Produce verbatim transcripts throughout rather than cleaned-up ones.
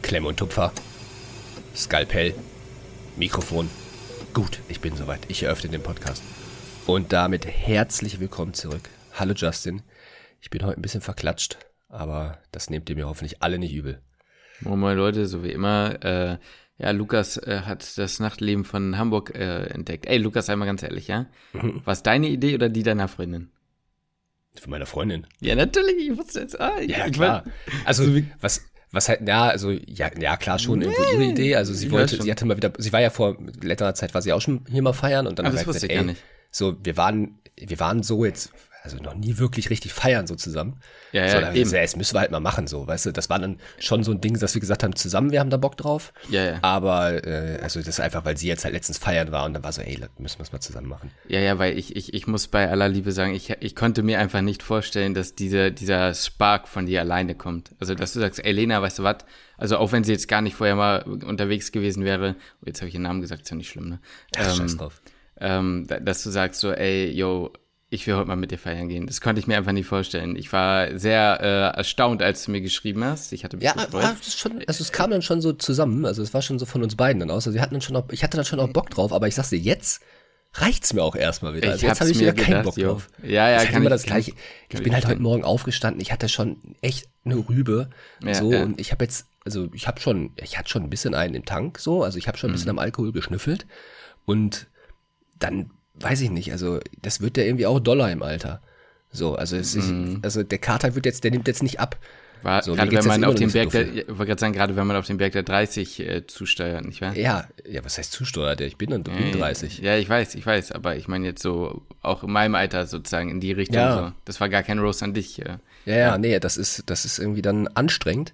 Klemme und Tupfer, Skalpell, Mikrofon. Gut, ich bin soweit. Ich eröffne den Podcast. Und damit herzlich willkommen zurück. Hallo Justin. Ich bin heute ein bisschen verklatscht, aber das nehmt ihr mir hoffentlich alle nicht übel. Moin Moin Leute, so wie immer. Äh, ja, Lukas äh, hat das Nachtleben von Hamburg äh, entdeckt. Ey, Lukas, sei mal ganz ehrlich, ja? Mhm. War es deine Idee oder die deiner Freundin? Von meiner Freundin. Ja, natürlich. Ich wusste jetzt. Ah, ich, ja, ich klar. Mein, also, was... Was halt, ja, also, ja, ja, klar schon, nee, irgendwo ihre Idee. Also, sie wollte, sie hatte mal wieder, sie war ja vor längerer Zeit, war sie auch schon hier mal feiern und dann aber hat das gesagt, wusste ich ey, gar nicht. So, wir waren, wir waren so jetzt, also noch nie wirklich richtig feiern so zusammen. Ja, ja, so, dann eben. So, ja, das müssen wir halt mal machen, so, weißt du, das war dann schon so ein Ding, dass wir gesagt haben, zusammen, wir haben da Bock drauf. Ja, ja. Aber, äh, also, das ist einfach, weil sie jetzt halt letztens feiern war und dann war so, ey, müssen wir es mal zusammen machen. Ja, ja, weil ich, ich, ich muss bei aller Liebe sagen, ich, ich konnte mir einfach nicht vorstellen, dass diese, dieser Spark von dir alleine kommt. Also, dass du sagst, ey, Lena, weißt du was? Also, auch wenn sie jetzt gar nicht vorher mal unterwegs gewesen wäre, oh, jetzt habe ich ihren Namen gesagt, ist ja nicht schlimm, ne? Ja, ähm, scheiß drauf. Ähm, dass du sagst so, ey, yo, ich will heute mal mit dir feiern gehen. Das konnte ich mir einfach nicht vorstellen. Ich war sehr äh, erstaunt, als du mir geschrieben hast. Ich hatte mich ja, gefreut. Ja, das ist schon, also es kam dann schon so zusammen. Also es war schon so von uns beiden dann aus. Also wir hatten dann schon auch, ich hatte dann schon auch Bock drauf, aber ich sag's dir, jetzt reicht's mir auch erstmal wieder. Also ich jetzt habe ich wieder gedacht, keinen Bock jo. drauf. Ja, ja, das ist kann immer ich, das Gleiche. Kann, ich kann bin ich halt kann. heute Morgen aufgestanden. Ich hatte schon echt eine Rübe. Ja, so ja. und ich habe jetzt, also ich habe schon, ich hatte schon ein bisschen einen im Tank. So, also ich habe schon ein bisschen Mhm. am Alkohol geschnüffelt und dann weiß ich nicht. Also das wird ja irgendwie auch doller im Alter. So, also es ist, Mhm. also der Kater wird jetzt, der nimmt jetzt nicht ab. War, So, gerade mir geht's wenn man jetzt auf immer den noch Berg, nicht so der, ich wollte gerade sagen, gerade wenn man auf den Berg der dreißig äh, zusteuert, nicht wahr? Ja, ja, was heißt zusteuert? Ich bin, und bin Ja, dreißig. Ja, ich weiß, ich weiß, aber ich meine jetzt so, auch in meinem Alter sozusagen in die Richtung. Ja. So. Das war gar kein Roast an dich. Äh. Ja, ja, nee, das ist, das ist irgendwie dann anstrengend.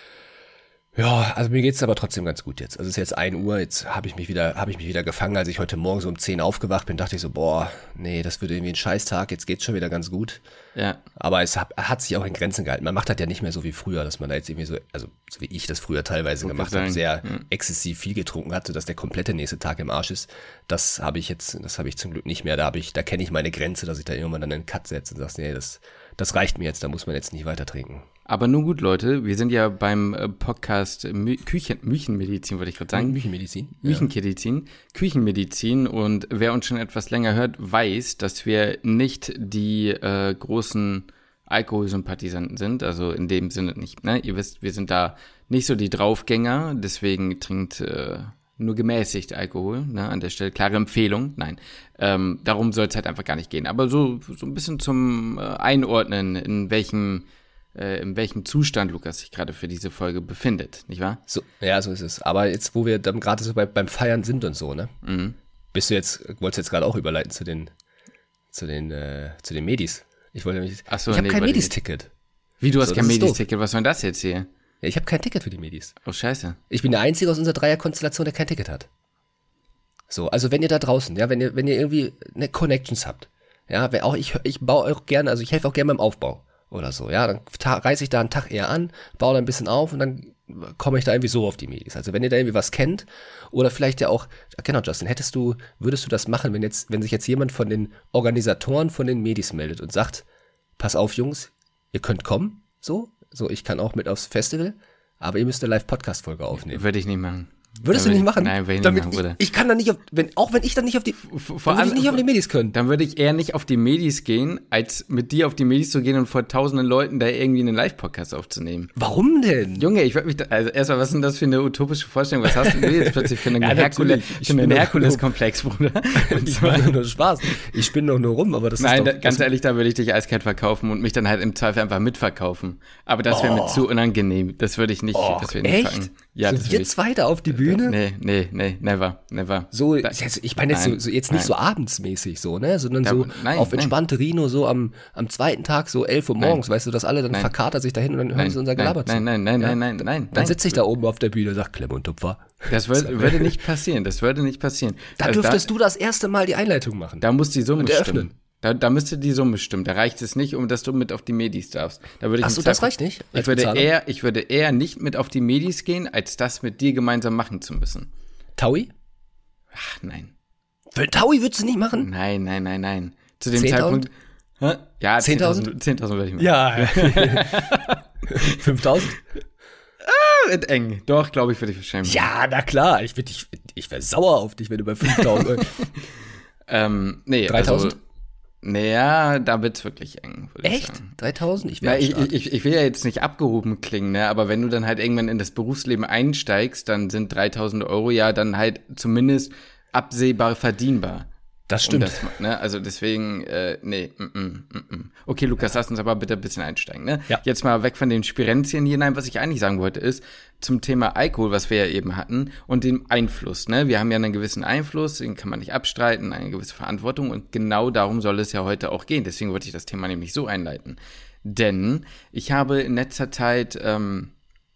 Ja, also mir geht's aber trotzdem ganz gut jetzt. Also es ist jetzt ein Uhr, jetzt habe ich mich wieder, habe ich mich wieder gefangen. Als ich heute Morgen so um zehn aufgewacht bin, dachte ich so, boah, nee, das wird irgendwie ein Scheißtag, jetzt geht's schon wieder ganz gut. Ja. Aber es hat, hat sich auch in Grenzen gehalten. Man macht das ja nicht mehr so wie früher, dass man da jetzt irgendwie so, also so wie ich das früher teilweise Wollte gemacht sagen, habe, sehr ja. exzessiv viel getrunken hatte, dass der komplette nächste Tag im Arsch ist. Das habe ich jetzt, das habe ich zum Glück nicht mehr. Da habe ich, da kenne ich meine Grenze, dass ich da irgendwann dann einen Cut setze und sage, nee, das, das reicht mir jetzt, da muss man jetzt nicht weiter trinken. Aber nun gut, Leute, wir sind ja beim äh, Podcast Mü- Küchen, Müchenmedizin, wollte ich gerade sagen. Müchenmedizin. Müchenmedizin, Küchenmedizin, und wer uns schon etwas länger hört, weiß, dass wir nicht die äh, großen Alkoholsympathisanten sind, also in dem Sinne nicht, ne? Ihr wisst, wir sind da nicht so die Draufgänger, deswegen trinkt äh, nur gemäßigt Alkohol, ne? An der Stelle, klare Empfehlung, nein, ähm, darum soll es halt einfach gar nicht gehen, aber so, so ein bisschen zum äh, Einordnen, in welchem äh, in welchem Zustand Lukas sich gerade für diese Folge befindet, nicht wahr? So, ja, so ist es. Aber jetzt, wo wir dann gerade so bei, beim Feiern sind und so, ne? Mhm. Bist du jetzt, wolltest du jetzt gerade auch überleiten zu den, zu den, äh, zu den Medis? Ich wollte nämlich, Ach so, ich habe nee, kein wollte ich Medis-Ticket. Wie, du hast So, kein das ist Medis-Ticket, was soll denn das jetzt hier? Ja, ich habe kein Ticket für die Medis. Oh, scheiße. Ich bin der Einzige aus unserer Dreierkonstellation, der kein Ticket hat. So, also wenn ihr da draußen, ja, wenn ihr, wenn ihr irgendwie eine Connections habt, ja, wenn auch ich, ich baue auch gerne, also ich helfe auch gerne beim Aufbau oder so, ja, dann ta- reiße ich da einen Tag eher an, baue da ein bisschen auf und dann komme ich da irgendwie so auf die Medis. Also wenn ihr da irgendwie was kennt oder vielleicht ja auch, genau Justin, hättest du, würdest du das machen, wenn jetzt, wenn sich jetzt jemand von den Organisatoren von den Medis meldet und sagt, pass auf Jungs, ihr könnt kommen, so, so ich kann auch mit aufs Festival, aber ihr müsst eine Live-Podcast-Folge aufnehmen. Würde ich nicht machen. Würdest Dann du nicht würde ich- machen? Nein, würde ich Damit nicht machen, Bruder. ich, ich kann da nicht auf, wenn, auch wenn ich dann nicht auf die, Vor dann würde ich allem- nicht auf die Medis können. Dann würde ich eher nicht auf die Medis gehen, als mit dir auf die Medis zu gehen und vor tausenden Leuten da irgendwie einen Live-Podcast aufzunehmen. Warum denn? Junge, ich würde mich da, also erstmal, was ist denn das für eine utopische Vorstellung? Was hast du denn jetzt plötzlich für einen, Ja, Herkule, natürlich. Ich für einen bin doch- Herkules-Komplex, Bruder? Ich mache nur Spaß. Ich spinne doch nur rum, aber das Nein, ist da, doch, ganz das, ehrlich, da würde ich dich eiskalt verkaufen und mich dann halt im Zweifel einfach mitverkaufen. Aber das wäre Oh. mir zu unangenehm. Das würde ich nicht, oh, das würde ich nicht echt? packen. Ja, so das würde wir ich. zwei da auf die Bühne? Nee, nee, nee, never, never. So, Da- jetzt, ich meine jetzt, so, nein, so jetzt nicht nein. so abendsmäßig so, ne, sondern Da- so nein, auf nein. entspannte Rino, so am, am zweiten Tag, so elf Uhr morgens, weißt du, dass alle dann Nein. verkatert sich dahin und dann hören Nein, sie unser nein, Gelaber zu. nein, nein, nein, Ja? nein, nein, nein, Dann nein. sitze ich da oben auf der Bühne und sag, Klemm und Tupfer. Das würde, würde nicht passieren, das würde nicht passieren. Da Also dürftest du das erste Mal die Einleitung machen. Da muss die Summe Und eröffnen. stimmen. Da, da müsste die Summe stimmen. Da reicht es nicht, um dass du mit auf die Medis darfst. Da würde ich Ach im so, das Zweifel- reicht nicht als Ich würde, Bezahlung? eher, ich würde eher nicht mit auf die Medis gehen, als das mit dir gemeinsam machen zu müssen. Taui? Ach, nein. Für Taui würdest du nicht machen? Nein, nein, nein, nein. Zu dem zehntausend? Zeitpunkt. Hä? Ja, zehntausend? zehntausend zehntausend würde ich machen. Ja. fünftausend? wird eng. Doch, glaube ich, würde ich verschämen. Ja, na klar. Ich, ich, ich wäre sauer auf dich, wenn du bei fünftausend... ähm, nee, dreitausend? Also, naja, da wird's wirklich eng, würde ich Echt? sagen. dreitausend? Ich, Na, wäre ich, ich, ich will ja jetzt nicht abgehoben klingen, ne? Aber wenn du dann halt irgendwann in das Berufsleben einsteigst, dann sind dreitausend Euro ja dann halt zumindest absehbar verdienbar. Das stimmt. Um das, ne? Also deswegen, äh, nee, mm, mm, mm. Okay, Lukas, ja. Lass uns aber bitte ein bisschen einsteigen, ne? Ja. Jetzt mal weg von den Spirenzien hier. Nein, was ich eigentlich sagen wollte, ist zum Thema Alkohol, was wir ja eben hatten, und dem Einfluss, ne? Wir haben ja einen gewissen Einfluss, den kann man nicht abstreiten, eine gewisse Verantwortung, und genau darum soll es ja heute auch gehen. Deswegen wollte ich das Thema nämlich so einleiten. Denn ich habe in letzter Zeit, ähm,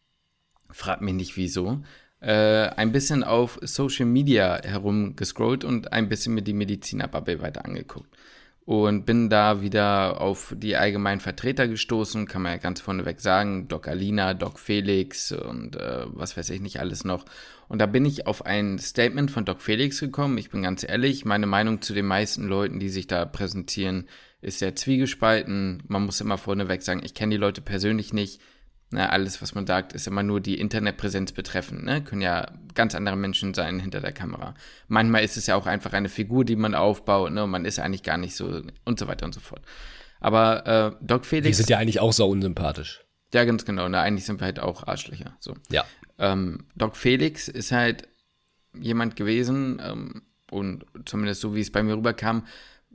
frag mich nicht wieso, Äh, ein bisschen auf Social Media herumgescrollt und ein bisschen mir die Medizinerbubble weiter angeguckt. Und bin da wieder auf die allgemeinen Vertreter gestoßen, kann man ja ganz vorneweg sagen, Doc Alina, Doc Felix und äh, was weiß ich nicht alles noch. Und da bin ich auf ein Statement von Doc Felix gekommen. Ich bin ganz ehrlich, meine Meinung zu den meisten Leuten, die sich da präsentieren, ist sehr zwiegespalten. Man muss immer vorneweg sagen, ich kenne die Leute persönlich nicht. Na, alles, was man sagt, ist immer nur die Internetpräsenz betreffend. Ne? Können ja ganz andere Menschen sein hinter der Kamera. Manchmal ist es ja auch einfach eine Figur, die man aufbaut. Ne? Und man ist eigentlich gar nicht so und so weiter und so fort. Aber äh, Doc Felix... Die sind ja eigentlich auch so unsympathisch. Ja, ganz genau. Ne? Eigentlich sind wir halt auch Arschlöcher. So. Ja. Ähm, Doc Felix ist halt jemand gewesen, ähm, und zumindest so, wie es bei mir rüberkam,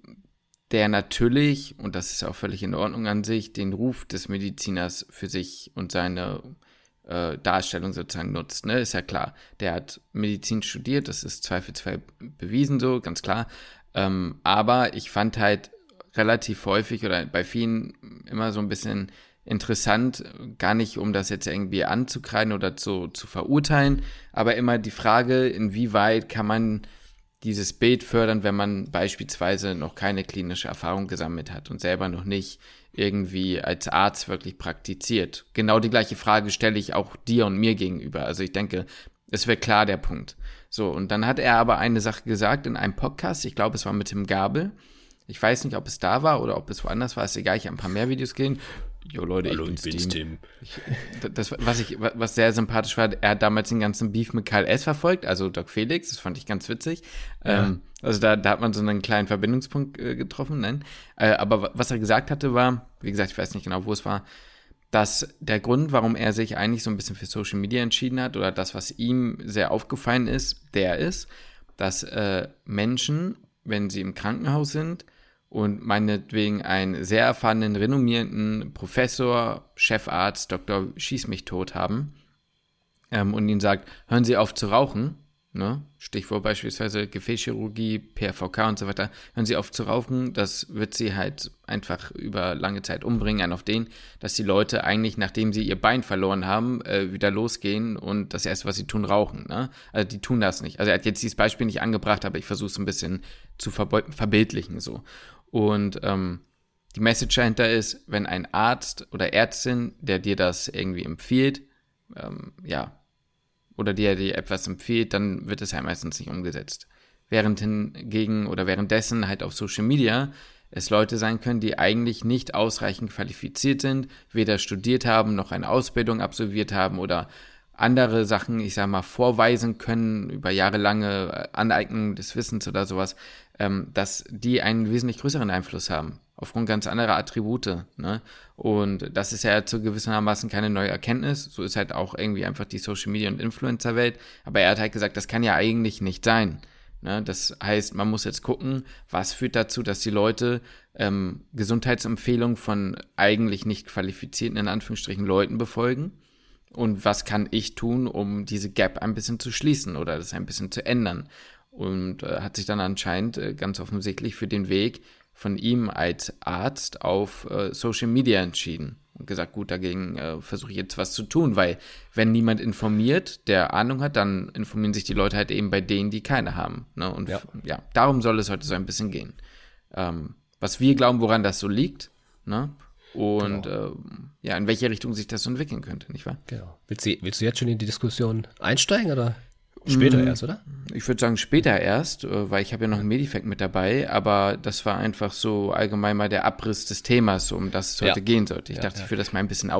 der natürlich, und das ist auch völlig in Ordnung an sich, den Ruf des Mediziners für sich und seine äh, Darstellung sozusagen nutzt, ne, ist ja klar. Der hat Medizin studiert, das ist zweifelsfrei bewiesen so, ganz klar. Ähm, aber ich fand halt relativ häufig oder bei vielen immer so ein bisschen interessant, gar nicht, um das jetzt irgendwie anzukreiden oder zu, zu verurteilen, aber immer die Frage, inwieweit kann man dieses Bild fördern, wenn man beispielsweise noch keine klinische Erfahrung gesammelt hat und selber noch nicht irgendwie als Arzt wirklich praktiziert. Genau die gleiche Frage stelle ich auch dir und mir gegenüber. Also ich denke, es wird klar der Punkt. So, und dann hat er aber eine Sache gesagt in einem Podcast, ich glaube, es war mit Tim Gabel. Ich weiß nicht, ob es da war oder ob es woanders war, ist egal, ich habe ein paar mehr Videos gesehen. Jo Leute, Hallo, ich bin's, ich bin's Tim. Tim. Ich, das, was, ich, was sehr sympathisch war, er hat damals den ganzen Beef mit Karl S. verfolgt, also Doc Felix, das fand ich ganz witzig. Ja. Ähm, also da, da hat man so einen kleinen Verbindungspunkt äh, getroffen. Nein? Äh, aber was er gesagt hatte war, wie gesagt, ich weiß nicht genau, wo es war, dass der Grund, warum er sich eigentlich so ein bisschen für Social Media entschieden hat oder das, was ihm sehr aufgefallen ist, der ist, dass äh, Menschen, wenn sie im Krankenhaus sind, und meinetwegen einen sehr erfahrenen, renommierten Professor, Chefarzt, Doktor Schieß mich tot haben, ähm, und ihnen sagt, hören Sie auf zu rauchen, ne? Stichwort beispielsweise Gefäßchirurgie, P R V K und so weiter, hören Sie auf zu rauchen, das wird Sie halt einfach über lange Zeit umbringen, an auf den, dass die Leute eigentlich, nachdem sie ihr Bein verloren haben, äh, wieder losgehen und das Erste, was sie tun, rauchen, ne? Also die tun das nicht. Also er hat jetzt dieses Beispiel nicht angebracht, aber ich versuche es ein bisschen zu verbe- verbildlichen so. Und ähm, die Message dahinter ist, wenn ein Arzt oder Ärztin, der dir das irgendwie empfiehlt, ähm, ja, oder dir dir etwas empfiehlt, dann wird es halt meistens nicht umgesetzt. Während hingegen oder währenddessen halt auf Social Media es Leute sein können, die eigentlich nicht ausreichend qualifiziert sind, weder studiert haben, noch eine Ausbildung absolviert haben oder andere Sachen, ich sag mal, vorweisen können über jahrelange Aneignung des Wissens oder sowas, ähm, dass die einen wesentlich größeren Einfluss haben, aufgrund ganz anderer Attribute, ne? Und das ist ja zu gewissermaßen keine neue Erkenntnis, so ist halt auch irgendwie einfach die Social Media und Influencer-Welt, aber er hat halt gesagt, das kann ja eigentlich nicht sein, ne? Das heißt, man muss jetzt gucken, was führt dazu, dass die Leute ähm, Gesundheitsempfehlungen von eigentlich nicht qualifizierten, in Anführungsstrichen, Leuten befolgen. Und was kann ich tun, um diese Gap ein bisschen zu schließen oder das ein bisschen zu ändern? Und äh, hat sich dann anscheinend äh, ganz offensichtlich für den Weg von ihm als Arzt auf äh, Social Media entschieden. Und gesagt, gut, dagegen äh, versuche ich jetzt was zu tun, weil wenn niemand informiert, der Ahnung hat, dann informieren sich die Leute halt eben bei denen, die keine haben. Ne? Und ja. F- ja, darum soll es heute so ein bisschen gehen. Ähm, was wir glauben, woran das so liegt, ne? Und genau. ähm, ja, in welche Richtung sich das so entwickeln könnte, nicht wahr? Genau. Willst du, willst du jetzt schon in die Diskussion einsteigen oder später mm, erst, oder? Ich würde sagen später erst, weil ich habe ja noch ein Medifact mit dabei, aber das war einfach so allgemein mal der Abriss des Themas, um das es heute ja. gehen sollte. Ich ja, dachte, ja. ich führe das mal ein bisschen aus.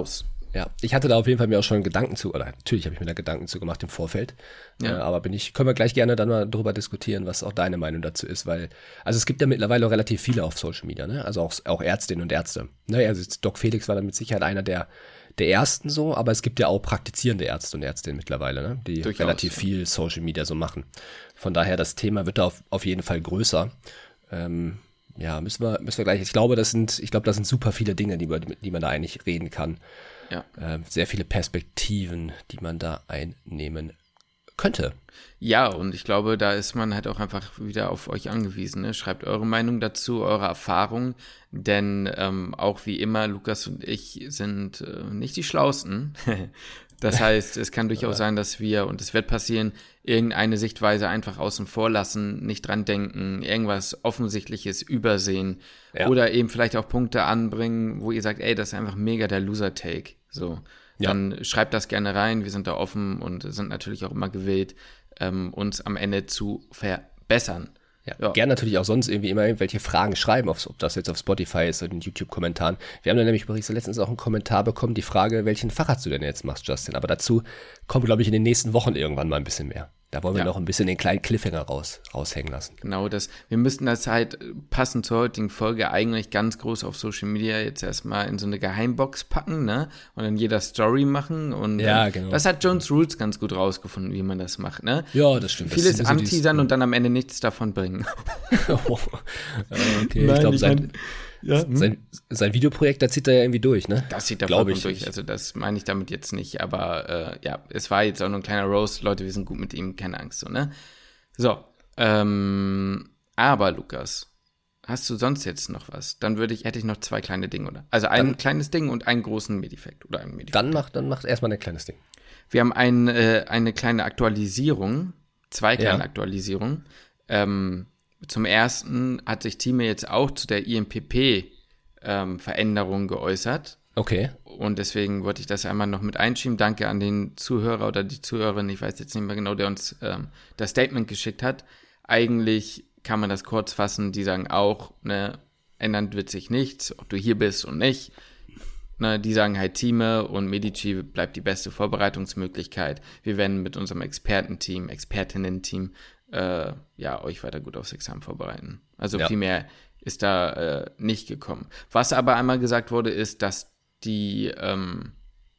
Ja, ich hatte da auf jeden Fall mir auch schon Gedanken zu, oder natürlich habe ich mir da Gedanken zu gemacht im Vorfeld. Ja. Äh, aber bin ich, können wir gleich gerne dann mal drüber diskutieren, was auch deine Meinung dazu ist, weil, also es gibt ja mittlerweile auch relativ viele auf Social Media, ne? Also auch, auch Ärztinnen und Ärzte. Ne? Also jetzt Doc Felix war dann mit Sicherheit einer der, der ersten so, aber es gibt ja auch praktizierende Ärzte und Ärztinnen mittlerweile, ne? Die Durchaus, relativ ja. viel Social Media so machen. Von daher, das Thema wird da auf, auf jeden Fall größer. Ähm, ja, müssen wir, müssen wir gleich, ich glaube, das sind, ich glaube, das sind super viele Dinge, die man, die man da eigentlich reden kann. Ja. Äh, sehr viele Perspektiven, die man da einnehmen könnte. Ja, und ich glaube, da ist man halt auch einfach wieder auf euch angewiesen. Ne? Schreibt eure Meinung dazu, eure Erfahrung, denn ähm, auch wie immer, Lukas und ich sind äh, nicht die Schlausten. Das heißt, es kann durchaus sein, dass wir, und es wird passieren, irgendeine Sichtweise einfach außen vor lassen, nicht dran denken, irgendwas Offensichtliches übersehen Ja. oder eben vielleicht auch Punkte anbringen, wo ihr sagt, ey, das ist einfach mega der Loser-Take. So, Ja. dann schreibt das gerne rein, wir sind da offen und sind natürlich auch immer gewillt, ähm, uns am Ende zu verbessern. Ja, Ja. Gerne natürlich auch sonst irgendwie immer irgendwelche Fragen schreiben, aufs, ob das jetzt auf Spotify ist oder in YouTube-Kommentaren. Wir haben dann nämlich übrigens letztens auch einen Kommentar bekommen, die Frage, welchen Facharzt du denn jetzt machst, Justin. Aber dazu kommt, glaube ich, in den nächsten Wochen irgendwann mal ein bisschen mehr. Da wollen wir Ja. noch ein bisschen den kleinen Cliffhanger raus, raushängen lassen. Genau das. Wir müssten das halt passend zur heutigen Folge eigentlich ganz groß auf Social Media jetzt erstmal in so eine Geheimbox packen, ne? Und dann jeder Story machen. Und Ja, ähm, genau. das hat Jones Rules ganz gut rausgefunden, wie man das macht, ne? Ja, das stimmt. Das Vieles ist ein bisschen anteasern und dann am Ende nichts davon bringen. Oh, okay, Nein, ich glaube, ich sein, mein- Ja, hm? sein, sein Videoprojekt, da zieht er ja irgendwie durch, ne? Das sieht da Glaube vollkommen ich. durch. Also das meine ich damit jetzt nicht, aber äh, ja, es war jetzt auch nur ein kleiner Roast. Leute, wir sind gut mit ihm, keine Angst, so, ne? So, ähm, aber Lukas, hast du sonst jetzt noch was? Dann würde ich, hätte ich noch zwei kleine Dinge, oder? Also ein Dann- kleines Ding und einen großen Medifekt oder einen Medifekt. Dann macht, dann macht erstmal ein kleines Ding. Wir haben ein, äh, eine kleine Aktualisierung, zwei kleine Ja. Aktualisierungen. Ähm, zum ersten hat sich Time jetzt auch zu der I M P P-Veränderung geäußert. Okay. Und deswegen wollte ich das einmal noch mit einschieben. Danke an den Zuhörer oder die Zuhörerin, ich weiß jetzt nicht mehr genau, der uns ähm, das Statement geschickt hat. Eigentlich kann man das kurz fassen, die sagen auch, ne, ändern wird sich nichts, ob du hier bist und nicht. Ne, die sagen halt, Time und Medici bleibt die beste Vorbereitungsmöglichkeit. Wir werden mit unserem Expertenteam, Expertinnen-Team, äh, ja, euch weiter gut aufs Examen vorbereiten. Also Ja. viel mehr ist da äh, nicht gekommen. Was aber einmal gesagt wurde, ist, dass die ähm,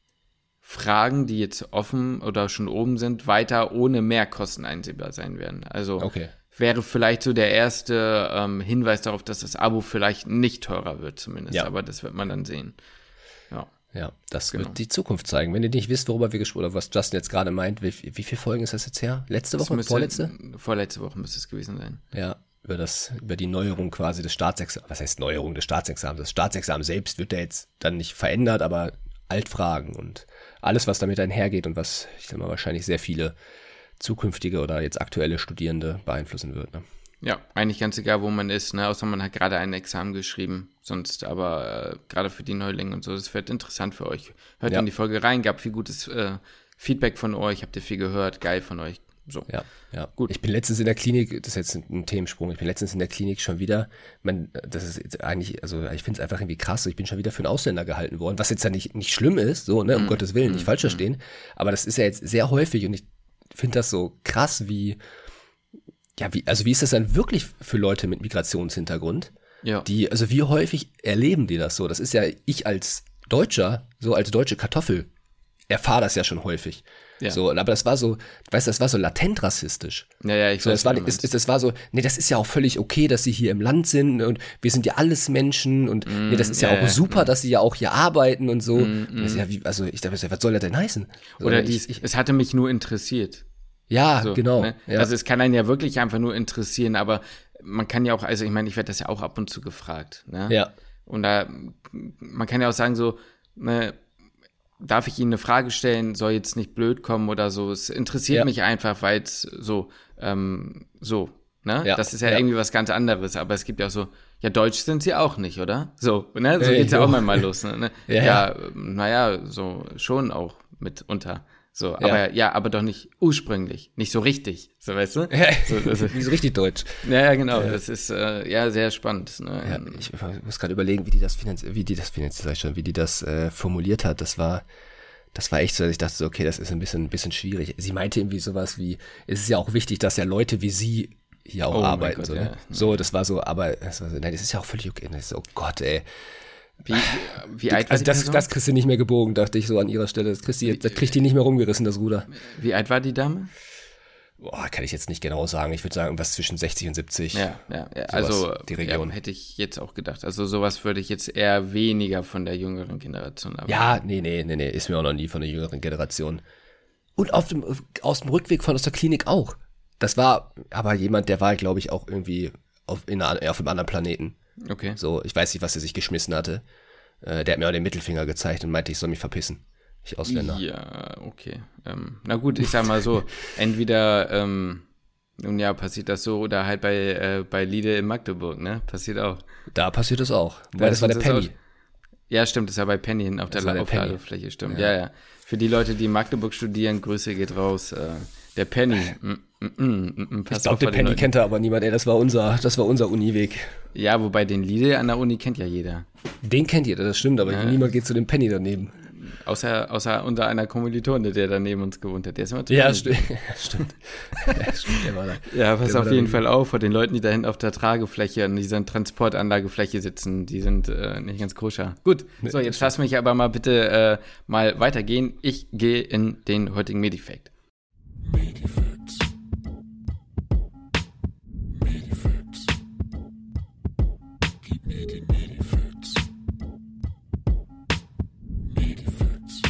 Fragen, die jetzt offen oder schon oben sind, weiter ohne Mehrkosten einsehbar sein werden. Also Okay. wäre vielleicht so der erste ähm, Hinweis darauf, dass das Abo vielleicht nicht teurer wird zumindest. Ja. Aber das wird man dann sehen. Ja. Ja, das Genau. wird die Zukunft zeigen. Wenn ihr nicht wisst, worüber wir gesprochen haben, oder was Justin jetzt gerade meint, wie, wie viele Folgen ist das jetzt her? Letzte Das Woche? müsste, Vorletzte? Vorletzte Woche müsste es gewesen sein. Ja, über das, über die Neuerung quasi des Staatsexamens. Was heißt Neuerung des Staatsexamens? Das Staatsexamen selbst wird ja jetzt dann nicht verändert, aber Altfragen und alles, was damit einhergeht und was, ich sag mal, wahrscheinlich sehr viele zukünftige oder jetzt aktuelle Studierende beeinflussen wird. Ne? Ja, eigentlich ganz egal, wo man ist, ne? Außer man hat gerade ein Examen geschrieben. Sonst aber äh, gerade für die Neulinge und so, das wird interessant für euch. Hört Ja. in die Folge rein, gab viel gutes äh, Feedback von euch, habt ihr viel gehört, geil von euch. So. Ja, ja. Gut. Ich bin letztens in der Klinik, das ist jetzt ein, ein Themensprung, ich bin letztens in der Klinik schon wieder, man, das ist jetzt eigentlich, also ich finde es einfach irgendwie krass, ich bin schon wieder für einen Ausländer gehalten worden, was jetzt ja nicht, nicht schlimm ist, so, ne, um Gottes Willen, nicht falsch verstehen, aber das ist ja jetzt sehr häufig und ich finde das so krass, wie, ja, wie, also wie ist das dann wirklich für Leute mit Migrationshintergrund? Ja. Die, also wie häufig erleben die das so? Das ist ja, ich als Deutscher, so als deutsche Kartoffel, erfahre das ja schon häufig. Ja. So, aber das war so, weißt du, das war so latent rassistisch. Ja, ja, ich So, weiß, das war, was du es, meinst. es, das war so, nee, das ist ja auch völlig okay, dass sie hier im Land sind und wir sind ja alles Menschen und nee, das ist ja, ja, auch ja, super, dass sie ja auch hier arbeiten und so. Und das ist ja wie, also ich dachte, was soll das denn heißen? So, Oder ich, dies, ich, es hatte mich nur interessiert. ja, So, genau. Ne? Ja. Also es kann einen ja wirklich einfach nur interessieren, aber man kann ja auch, also ich meine, ich werde das ja auch ab und zu gefragt. Ne? ja, Und da, man kann ja auch sagen so, ne, darf ich Ihnen eine Frage stellen, soll jetzt nicht blöd kommen oder so. Es interessiert Ja. mich einfach, weil es so, ähm, so, ne? Ja, Das ist ja, ja. irgendwie was ganz anderes, aber es gibt ja auch so, ja, Deutsch sind sie auch nicht, oder? So, ne? So Äh, geht's ja jo. auch manchmal los, ne? Ja, Ja, naja, so schon auch mitunter. So, aber ja. ja, aber doch nicht ursprünglich, nicht so richtig, so weißt du? So, also, nicht so richtig deutsch. Ja, ja, genau, ja. Das ist äh, ja sehr spannend. Ne? Ja, ich muss gerade überlegen, wie die das finanziell, wie die das finanziell schon, wie die das äh, formuliert hat. Das war, das war echt so, dass ich dachte so, okay, das ist ein bisschen, ein bisschen schwierig. Sie meinte irgendwie sowas wie, es ist ja auch wichtig, dass ja Leute wie sie hier auch oh arbeiten. Gott, so, ja. ne? So, das war so, aber das war so, nein, das ist ja auch völlig okay. Das ist so, oh Gott, ey. Wie, wie, wie alt war also die das, Person? das kriegst du nicht mehr gebogen, dachte ich so an ihrer Stelle. Das kriegst du, das kriegt die nicht mehr rumgerissen, das Ruder. Wie alt war die Dame? Boah, kann ich jetzt nicht genau sagen. Ich würde sagen, was zwischen sechzig und siebzig. Ja, ja, ja. Also die Region. Ja, hätte ich jetzt auch gedacht. Also sowas würde ich jetzt eher weniger von der jüngeren Generation erwarten. Ja, nee, nee, nee, nee, ist mir auch noch nie von der jüngeren Generation. Und auf dem, aus dem Rückweg von aus der Klinik auch. Das war aber jemand, der war, glaube ich, auch irgendwie auf, in einer, auf einem anderen Planeten. Okay. So, ich weiß nicht, was er sich geschmissen hatte. Äh, der hat mir auch den Mittelfinger gezeigt und meinte, ich soll mich verpissen. Ich Ausländer. Ja, okay. Ähm, na gut, ich sag mal so, entweder, ähm, nun ja, passiert das so oder halt bei, äh, bei Lidl in Magdeburg, ne? Passiert auch. Da passiert das auch. Wobei, Da das war der ist Penny. auch- Ja, stimmt, das ist ja bei Penny hinten auf Das der war der Aufladefläche, stimmt. Ja. Ja. ja, Für die Leute, die in Magdeburg studieren, Grüße geht raus. Äh, der Penny. Mm, mm, mm, mm, mm, pass Ich glaube, auf den bei den Penny Leuten. kennt er aber niemand, ey. Das war unser, das war unser Uniweg. Ja, wobei den Lidl an der Uni kennt ja jeder. Den kennt ihr, das stimmt, aber Ja. niemand geht zu dem Penny daneben. Außer, außer unter einer Kommilitone, der da neben uns gewohnt hat. Der ist immer zu Ja, Penny. stimmt. stimmt. Ja, stimmt, der war da. Ja, pass Der auf war jeden da- Fall auf vor den Leuten, die da hinten auf der Tragefläche an dieser Transportanlagefläche sitzen. Die sind äh, nicht ganz koscher. Gut, so, jetzt lass mich aber mal bitte äh, mal weitergehen. Ich gehe in den heutigen Medifact. Medifacts. Medifacts. Gib mir die Medifacts. Medifacts.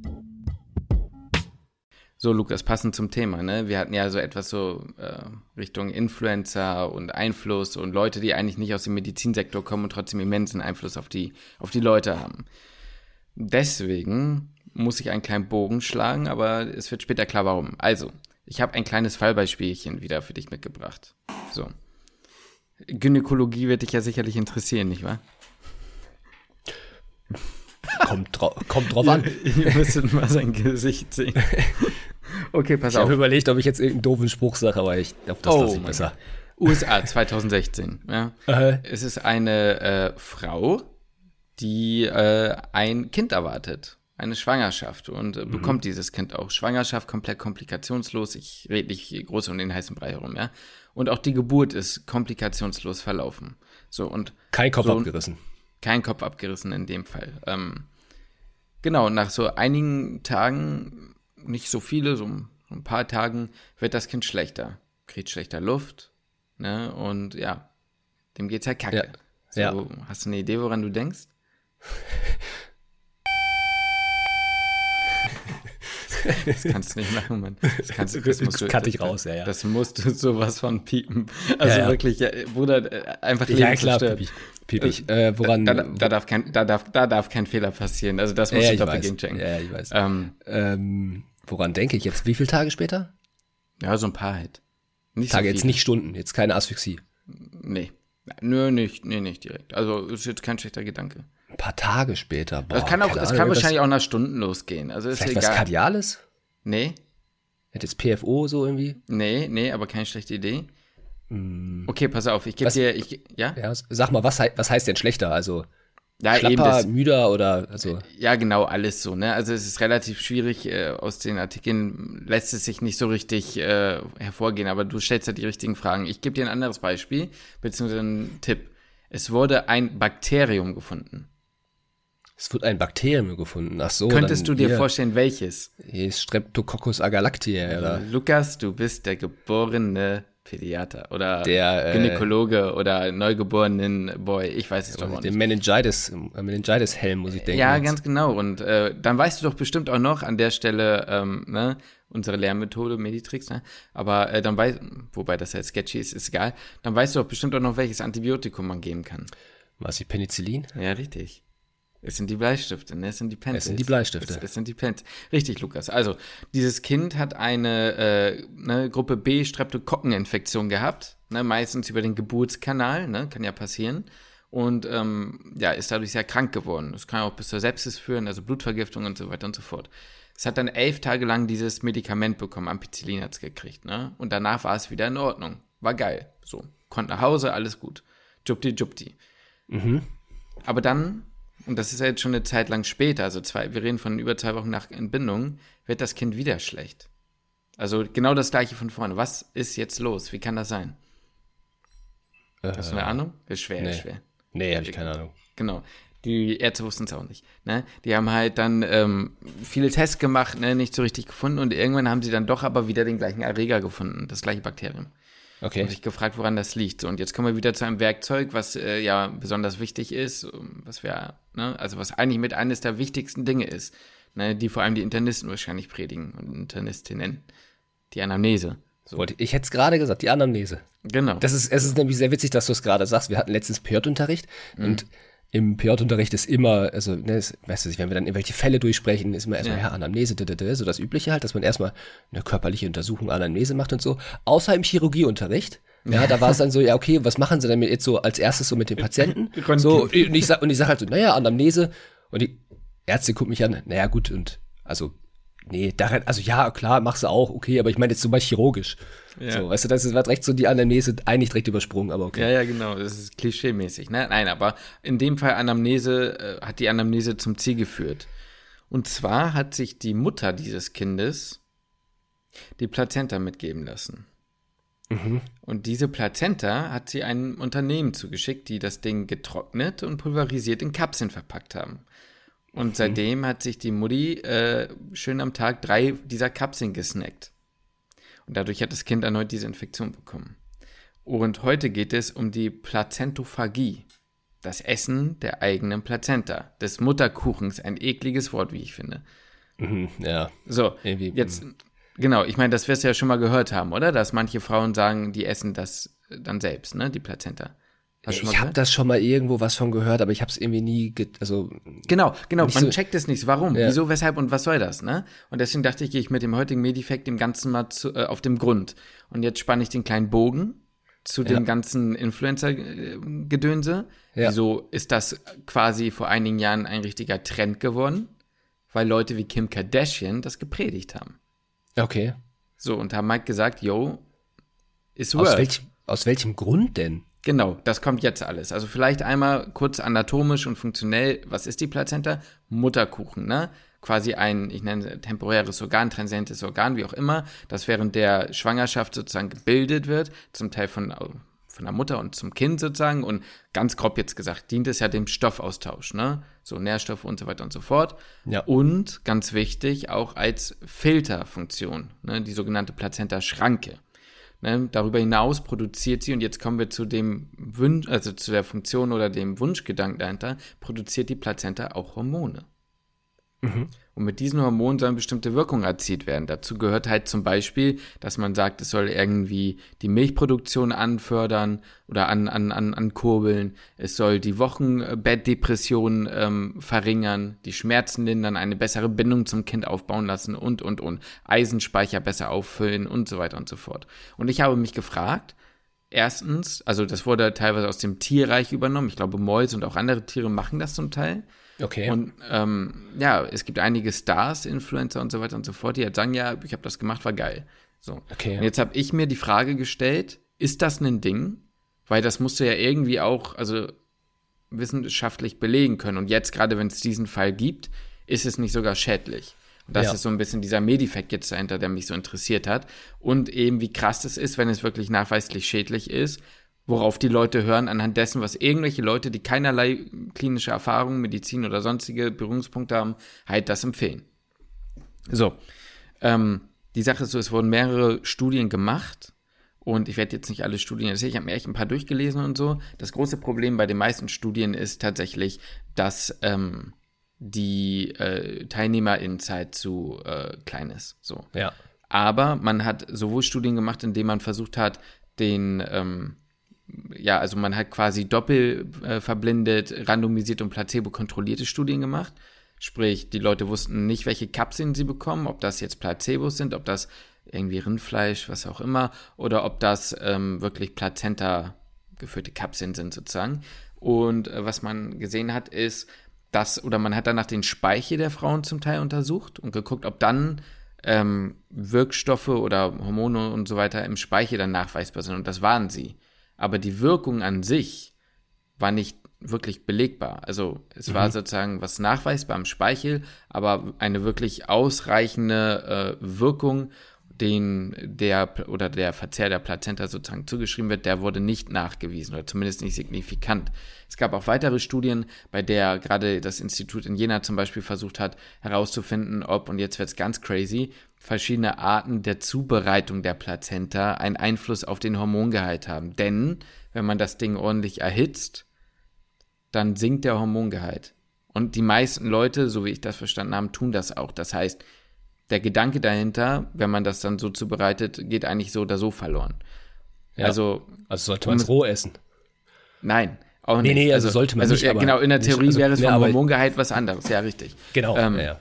So, Lukas, passend zum Thema, ne? Wir hatten ja so etwas so äh, Richtung Influencer und Einfluss und Leute, die eigentlich nicht aus dem Medizinsektor kommen und trotzdem immensen Einfluss auf die, auf die Leute haben. Deswegen muss ich einen kleinen Bogen schlagen, aber es wird später klar, warum. Also, ich habe ein kleines Fallbeispielchen wieder für dich mitgebracht. So. Gynäkologie wird dich ja sicherlich interessieren, nicht wahr? Kommt, drau kommt drauf an. Ihr müsstet mal sein Gesicht sehen. Okay, pass Ich auf. habe überlegt, ob ich jetzt irgendeinen doofen Spruch sage, aber ich glaube, das Oh lasse ich mein besser. U S A zwanzig sechzehn. Ja. Äh, Es ist eine äh, Frau, die äh, ein Kind erwartet. Eine Schwangerschaft und äh, bekommt dieses Kind auch. Schwangerschaft komplett komplikationslos. Ich rede nicht groß um den heißen Brei herum, ja. Und auch die Geburt ist komplikationslos verlaufen. So, und kein Kopf so, abgerissen. kein Kopf abgerissen in dem Fall. Ähm, genau, nach so einigen Tagen, nicht so viele, so ein paar Tagen, wird das Kind schlechter. Kriegt schlechter Luft, ne, und ja, dem geht's ja kacke. Ja. So, Ja. Hast du eine Idee, woran du denkst? Das kannst du nicht machen, Mann. Das, kannst, das, musst du, Cut ich raus, ja, ja. Das musst du sowas von piepen. Also Ja, ja. wirklich, ja, Bruder, äh, einfach Ja, Leben klar, zerstört. Pipi. Pipi. Äh, woran? Da, da, da, darf kein, da, darf, da darf kein Fehler passieren. Also das musst ja, du ich doppelt weiß. gegenchecken. Ja, ich weiß. Ähm, Ähm, woran denke ich jetzt? Wie viele Tage später? ja, so ein paar halt. Nicht Tage so jetzt viel. nicht Stunden, jetzt keine Asphyxie. Nee. Nö, nicht, nee, nicht direkt. Also ist jetzt kein schlechter Gedanke. Ein paar Tage später. Boah, Das kann auch, keine das Ahnung, kann irgendwas- wahrscheinlich auch nach Stunden losgehen. Also ist Vielleicht was egal. Kardiales? Nee, Hätte jetzt P F O so irgendwie? nee, nee, aber keine schlechte Idee. Okay, pass auf, ich gebe Was- dir, ich, ja? Ja, sag mal, was, hei- was heißt denn schlechter? Also Ja, eben schlapper, das, müder oder also ja, genau, alles so, ne? Also es ist relativ schwierig, äh, aus den Artikeln lässt es sich nicht so richtig äh, hervorgehen, aber du stellst ja die richtigen Fragen. Ich gebe dir ein anderes Beispiel, beziehungsweise einen Tipp. Es wurde ein Bakterium gefunden. es wird ein Bakterium gefunden. Ach so. Könntest dann du dir hier, vorstellen, welches? Hier ist Streptococcus agalactiae, oder? Lukas, du bist der geborene Pädiater oder Der, äh, Gynäkologe oder neugeborenen Boy, ich weiß es doch auch Den nicht. Meningitis, äh, Meningitis-Helm, muss ich denken. Ja, jetzt. ganz genau. Und äh, dann weißt du doch bestimmt auch noch an der Stelle, ähm, ne, unsere Lernmethode, Meditrix, ne? Aber äh, dann weißt, wobei das halt sketchy ist, ist egal, dann weißt du doch bestimmt auch noch, welches Antibiotikum man geben kann. Was, die Penicillin? Ja, richtig. Es sind die Bleistifte, ne? Es sind die Pencils. Es sind die Bleistifte. Es, es sind die Pencils. Richtig, Lukas. Also, dieses Kind hat eine, äh, ne, Gruppe B Streptokokkeninfektion gehabt, ne? Meistens über den Geburtskanal, ne? Kann ja passieren. und ähm, ja, ist dadurch sehr krank geworden. Das kann auch bis zur Sepsis führen, also Blutvergiftung und so weiter und so fort. Es hat dann elf Tage lang dieses Medikament bekommen, Ampicillin hat es gekriegt, ne? Und danach war es wieder in Ordnung. War geil. So, konnte nach Hause, alles gut. Jupti, jupti. Mhm. Aber dann, und das ist ja jetzt schon eine Zeit lang später, also zwei, wir reden von über zwei Wochen nach Entbindung, wird das Kind wieder schlecht. Also genau das Gleiche von vorne. Was ist jetzt los? Wie kann das sein? Äh, Hast du eine Ahnung? Ist schwer, nee. ist schwer. Nee, habe ich keine Ahnung. Genau. Die Ärzte wussten es auch nicht. Ne? Die haben halt dann ähm, viele Tests gemacht, ne? Nicht so richtig gefunden und irgendwann haben sie dann doch aber wieder den gleichen Erreger gefunden, das gleiche Bakterium. Okay. Und sich gefragt, woran das liegt. So, und jetzt kommen wir wieder zu einem Werkzeug, was äh, ja besonders wichtig ist, was wir, ne? Also was eigentlich mit eines der wichtigsten Dinge ist, ne? Die vor allem die Internisten wahrscheinlich predigen und Internistinnen, die Anamnese. So. Wollte- Ich hätte es gerade gesagt, die Anamnese. Genau. Das ist, es ist nämlich sehr witzig, dass du es gerade sagst. Wir hatten letztens P J-Unterricht und im P J-Unterricht ist immer, also, ne, es, weißt du, wenn wir dann irgendwelche Fälle durchsprechen, ist immer erstmal, Ja. ja, Anamnese, d, d, d, so das Übliche halt, dass man erstmal eine körperliche Untersuchung, Anamnese macht und so. Außer im Chirurgieunterricht. Ja, da war es dann so, ja, okay, was machen sie denn mit, jetzt so als erstes so mit den Patienten? Röntgen. So, und ich sag, und ich sag halt so, naja, Anamnese. Und die Ärzte gucken mich an, naja, gut, und, also, nee, daran, also ja, klar, machst du auch, okay, aber ich meine jetzt so mal chirurgisch. Ja. So, weißt du, das war direkt so die Anamnese, eigentlich direkt übersprungen, aber okay. Ja, ja, genau. Das ist klischeemäßig. Ne? Nein, aber in dem Fall Anamnese, äh, hat die Anamnese zum Ziel geführt. Und zwar hat sich die Mutter dieses Kindes die Plazenta mitgeben lassen. Mhm. Und diese Plazenta hat sie einem Unternehmen zugeschickt, die das Ding getrocknet und pulverisiert in Kapseln verpackt haben. Und seitdem hat sich die Mutti äh, schön am Tag drei dieser Kapseln gesnackt. Und dadurch hat das Kind erneut diese Infektion bekommen. Und heute geht es um die Plazentophagie. Das Essen der eigenen Plazenta. Des Mutterkuchens. Ein ekliges Wort, wie ich finde. Mhm, ja. So, Irgendwie, jetzt, genau, ich meine, das wirst du ja schon mal gehört haben, oder? Dass manche Frauen sagen, die essen das dann selbst, ne? Die Plazenta. Hast du schon mal Ich habe gehört? das schon mal irgendwo was von gehört, aber ich habe es irgendwie nie, ge also Genau, genau, Nicht man so- checkt es nicht. Warum, Ja. wieso, weshalb und was soll das, ne? Und deswegen dachte ich, gehe ich mit dem heutigen Medifact dem Ganzen mal zu, äh, auf dem Grund. Und jetzt spanne ich den kleinen Bogen zu Ja. dem ganzen Influencer-Gedönse. Ja. Wieso ist das quasi vor einigen Jahren ein richtiger Trend geworden? Weil Leute wie Kim Kardashian das gepredigt haben. okay. So, und haben halt gesagt, yo, ist Aus, worth. welch, aus welchem Grund denn? Genau, das kommt jetzt alles. Also vielleicht einmal kurz anatomisch und funktionell, was ist die Plazenta? Mutterkuchen, ne? Quasi ein, ich nenne es temporäres Organ, transientes Organ, wie auch immer, das während der Schwangerschaft sozusagen gebildet wird, zum Teil von, von der Mutter und zum Kind sozusagen und ganz grob jetzt gesagt, dient es ja dem Stoffaustausch, ne? So Nährstoffe und so weiter und so fort. Ja. Und ganz wichtig, auch als Filterfunktion, ne? Die sogenannte Plazenta-Schranke. Ne, darüber hinaus produziert sie, und jetzt kommen wir zu dem Wunsch, also zu der Funktion oder dem Wunschgedanken dahinter, produziert die Plazenta auch Hormone. Und mit diesen Hormonen sollen bestimmte Wirkungen erzielt werden. Dazu gehört halt zum Beispiel, dass man sagt, es soll irgendwie die Milchproduktion anfördern oder an, an, an, ankurbeln. Es soll die Wochenbettdepression ähm, verringern, die Schmerzen lindern, eine bessere Bindung zum Kind aufbauen lassen und, und, und. Eisenspeicher besser auffüllen und so weiter und so fort. Und ich habe mich gefragt, erstens, also das wurde teilweise aus dem Tierreich übernommen. Ich glaube, Mäuse und auch andere Tiere machen das zum Teil. Okay. Und ähm, ja, es gibt einige Stars, Influencer und so weiter und so fort, die halt sagen, ja, ich habe das gemacht, war geil. So. Okay. Und jetzt habe ich mir die Frage gestellt, ist das ein Ding? Weil das musst du ja irgendwie auch, also wissenschaftlich belegen können. Und jetzt, gerade wenn es diesen Fall gibt, ist es nicht sogar schädlich. Und das Ja. ist so ein bisschen dieser Medifact jetzt dahinter, der mich so interessiert hat. Und eben, wie krass das ist, wenn es wirklich nachweislich schädlich ist, worauf die Leute hören, anhand dessen, was irgendwelche Leute, die keinerlei klinische Erfahrung, Medizin oder sonstige Berührungspunkte haben, halt das empfehlen. So, ähm, die Sache ist so, es wurden mehrere Studien gemacht und ich werde jetzt nicht alle Studien erzählen, ich habe mir echt ein paar durchgelesen und so. Das große Problem bei den meisten Studien ist tatsächlich, dass ähm, die äh, TeilnehmerInnenzahl zu äh, klein ist. So. Ja. Aber man hat sowohl Studien gemacht, indem man versucht hat, den, ähm, ja, also man hat quasi doppelt äh, verblindet, randomisiert und placebo-kontrollierte Studien gemacht. Sprich, die Leute wussten nicht, welche Kapseln sie bekommen, ob das jetzt Placebos sind, ob das irgendwie Rindfleisch, was auch immer, oder ob das ähm, wirklich Plazenta geführte Kapseln sind sozusagen. Und äh, was man gesehen hat, ist, dass, oder man hat danach den Speichel der Frauen zum Teil untersucht und geguckt, ob dann ähm, Wirkstoffe oder Hormone und so weiter im Speichel dann nachweisbar sind. Und das waren sie. Aber die Wirkung an sich war nicht wirklich belegbar. Also es mhm. war sozusagen was nachweisbar im Speichel, aber eine wirklich ausreichende äh, Wirkung, den der oder der Verzehr der Plazenta sozusagen zugeschrieben wird, der wurde nicht nachgewiesen oder zumindest nicht signifikant. Es gab auch weitere Studien, bei der gerade das Institut in Jena zum Beispiel versucht hat, herauszufinden, ob, und jetzt wird es ganz crazy, verschiedene Arten der Zubereitung der Plazenta einen Einfluss auf den Hormongehalt haben. Denn wenn man das Ding ordentlich erhitzt, dann sinkt der Hormongehalt. Und die meisten Leute, so wie ich das verstanden habe, tun das auch. Das heißt, der Gedanke dahinter, wenn man das dann so zubereitet, geht eigentlich so oder so verloren. Ja. Also, also sollte man es roh essen? Nein, auch nee, nicht. Nee, also, also sollte man also, nicht. Ja, genau, in der Theorie also, wäre es vom ja, Hormongehalt was anderes. Ja, richtig. Genau, ähm, ja.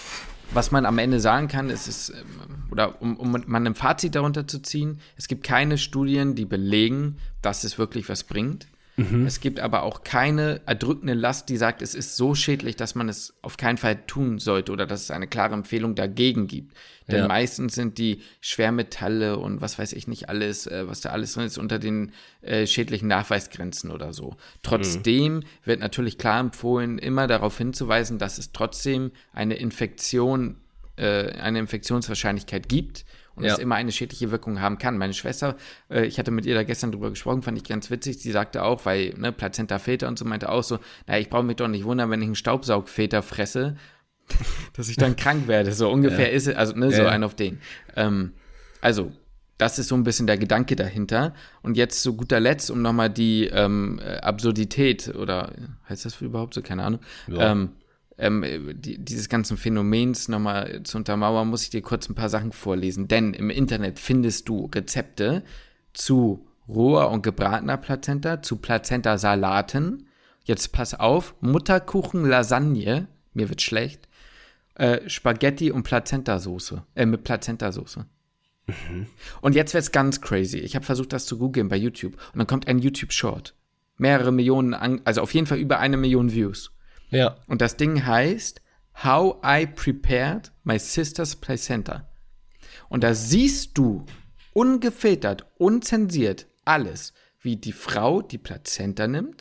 Was man am Ende sagen kann, ist es, oder um, um mal ein Fazit darunter zu ziehen, es gibt keine Studien, die belegen, dass es wirklich was bringt. Mhm. Es gibt aber auch keine erdrückende Last, die sagt, es ist so schädlich, dass man es auf keinen Fall tun sollte oder dass es eine klare Empfehlung dagegen gibt. Denn ja. meistens sind die Schwermetalle und was weiß ich nicht alles, äh, was da alles drin ist, unter den äh, schädlichen Nachweisgrenzen oder so. Trotzdem mhm. wird natürlich klar empfohlen, immer darauf hinzuweisen, dass es trotzdem eine Infektion, äh, eine Infektionswahrscheinlichkeit gibt. Und ja. es immer eine schädliche Wirkung haben kann. Meine Schwester, äh, ich hatte mit ihr da gestern drüber gesprochen, fand ich ganz witzig. Sie sagte auch, weil, ne, Plazenta-Väter und so, meinte auch so, naja, ich brauche mich doch nicht wundern, wenn ich einen Staubsaugväter fresse, dass ich dann krank werde. So ungefähr ja. ist es, also ne, so ja. ein auf den. Ähm, also, das ist so ein bisschen der Gedanke dahinter. Und jetzt zu guter Letzt, um nochmal die ähm, Absurdität, oder heißt das überhaupt so? Keine Ahnung. Ja. Ähm, Ähm, die, dieses ganzen Phänomens nochmal zu untermauern, muss ich dir kurz ein paar Sachen vorlesen. Denn im Internet findest du Rezepte zu roher und gebratener Plazenta, zu Plazenta-Salaten. Jetzt pass auf, Mutterkuchen, Lasagne, mir wird schlecht, äh, Spaghetti und Plazentasoße, äh, mit Plazentasoße. Mhm. Und jetzt wird's ganz crazy. Ich habe versucht, das zu googeln bei YouTube. Und dann kommt ein YouTube-Short. Mehrere Millionen, an, also auf jeden Fall über eine Million Views. Ja. Und das Ding heißt How I Prepared My Sister's Placenta. Und da siehst du ungefiltert, unzensiert alles, wie die Frau die Plazenta nimmt,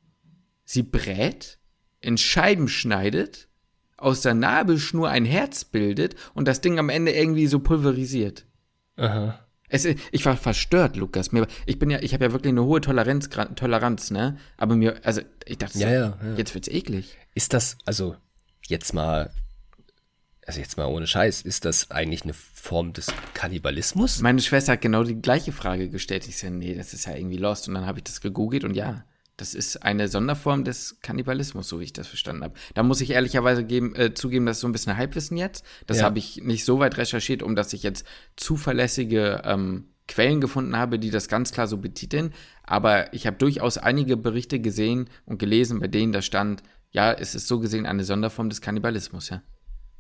sie brät, in Scheiben schneidet, aus der Nabelschnur ein Herz bildet und das Ding am Ende irgendwie so pulverisiert. Aha. Es, ich war verstört, Lukas. Mir, ich bin ja, ich habe ja wirklich eine hohe Toleranz, Toleranz, ne? Aber mir, also ich dachte, ja, so, ja, ja. jetzt wird's eklig. Ist das, also jetzt mal, also jetzt mal ohne Scheiß, ist das eigentlich eine Form des Kannibalismus? Meine Schwester hat genau die gleiche Frage gestellt. Ich so, nee, das ist ja irgendwie lost. Und dann habe ich das gegoogelt und ja, das ist eine Sonderform des Kannibalismus, so wie ich das verstanden habe. Da muss ich ehrlicherweise geben, äh, zugeben, das ist so ein bisschen Halbwissen jetzt. Das ja. habe ich nicht so weit recherchiert, um dass ich jetzt zuverlässige ähm, Quellen gefunden habe, die das ganz klar so betiteln. Aber ich habe durchaus einige Berichte gesehen und gelesen, bei denen da stand, ja, es ist so gesehen eine Sonderform des Kannibalismus, ja.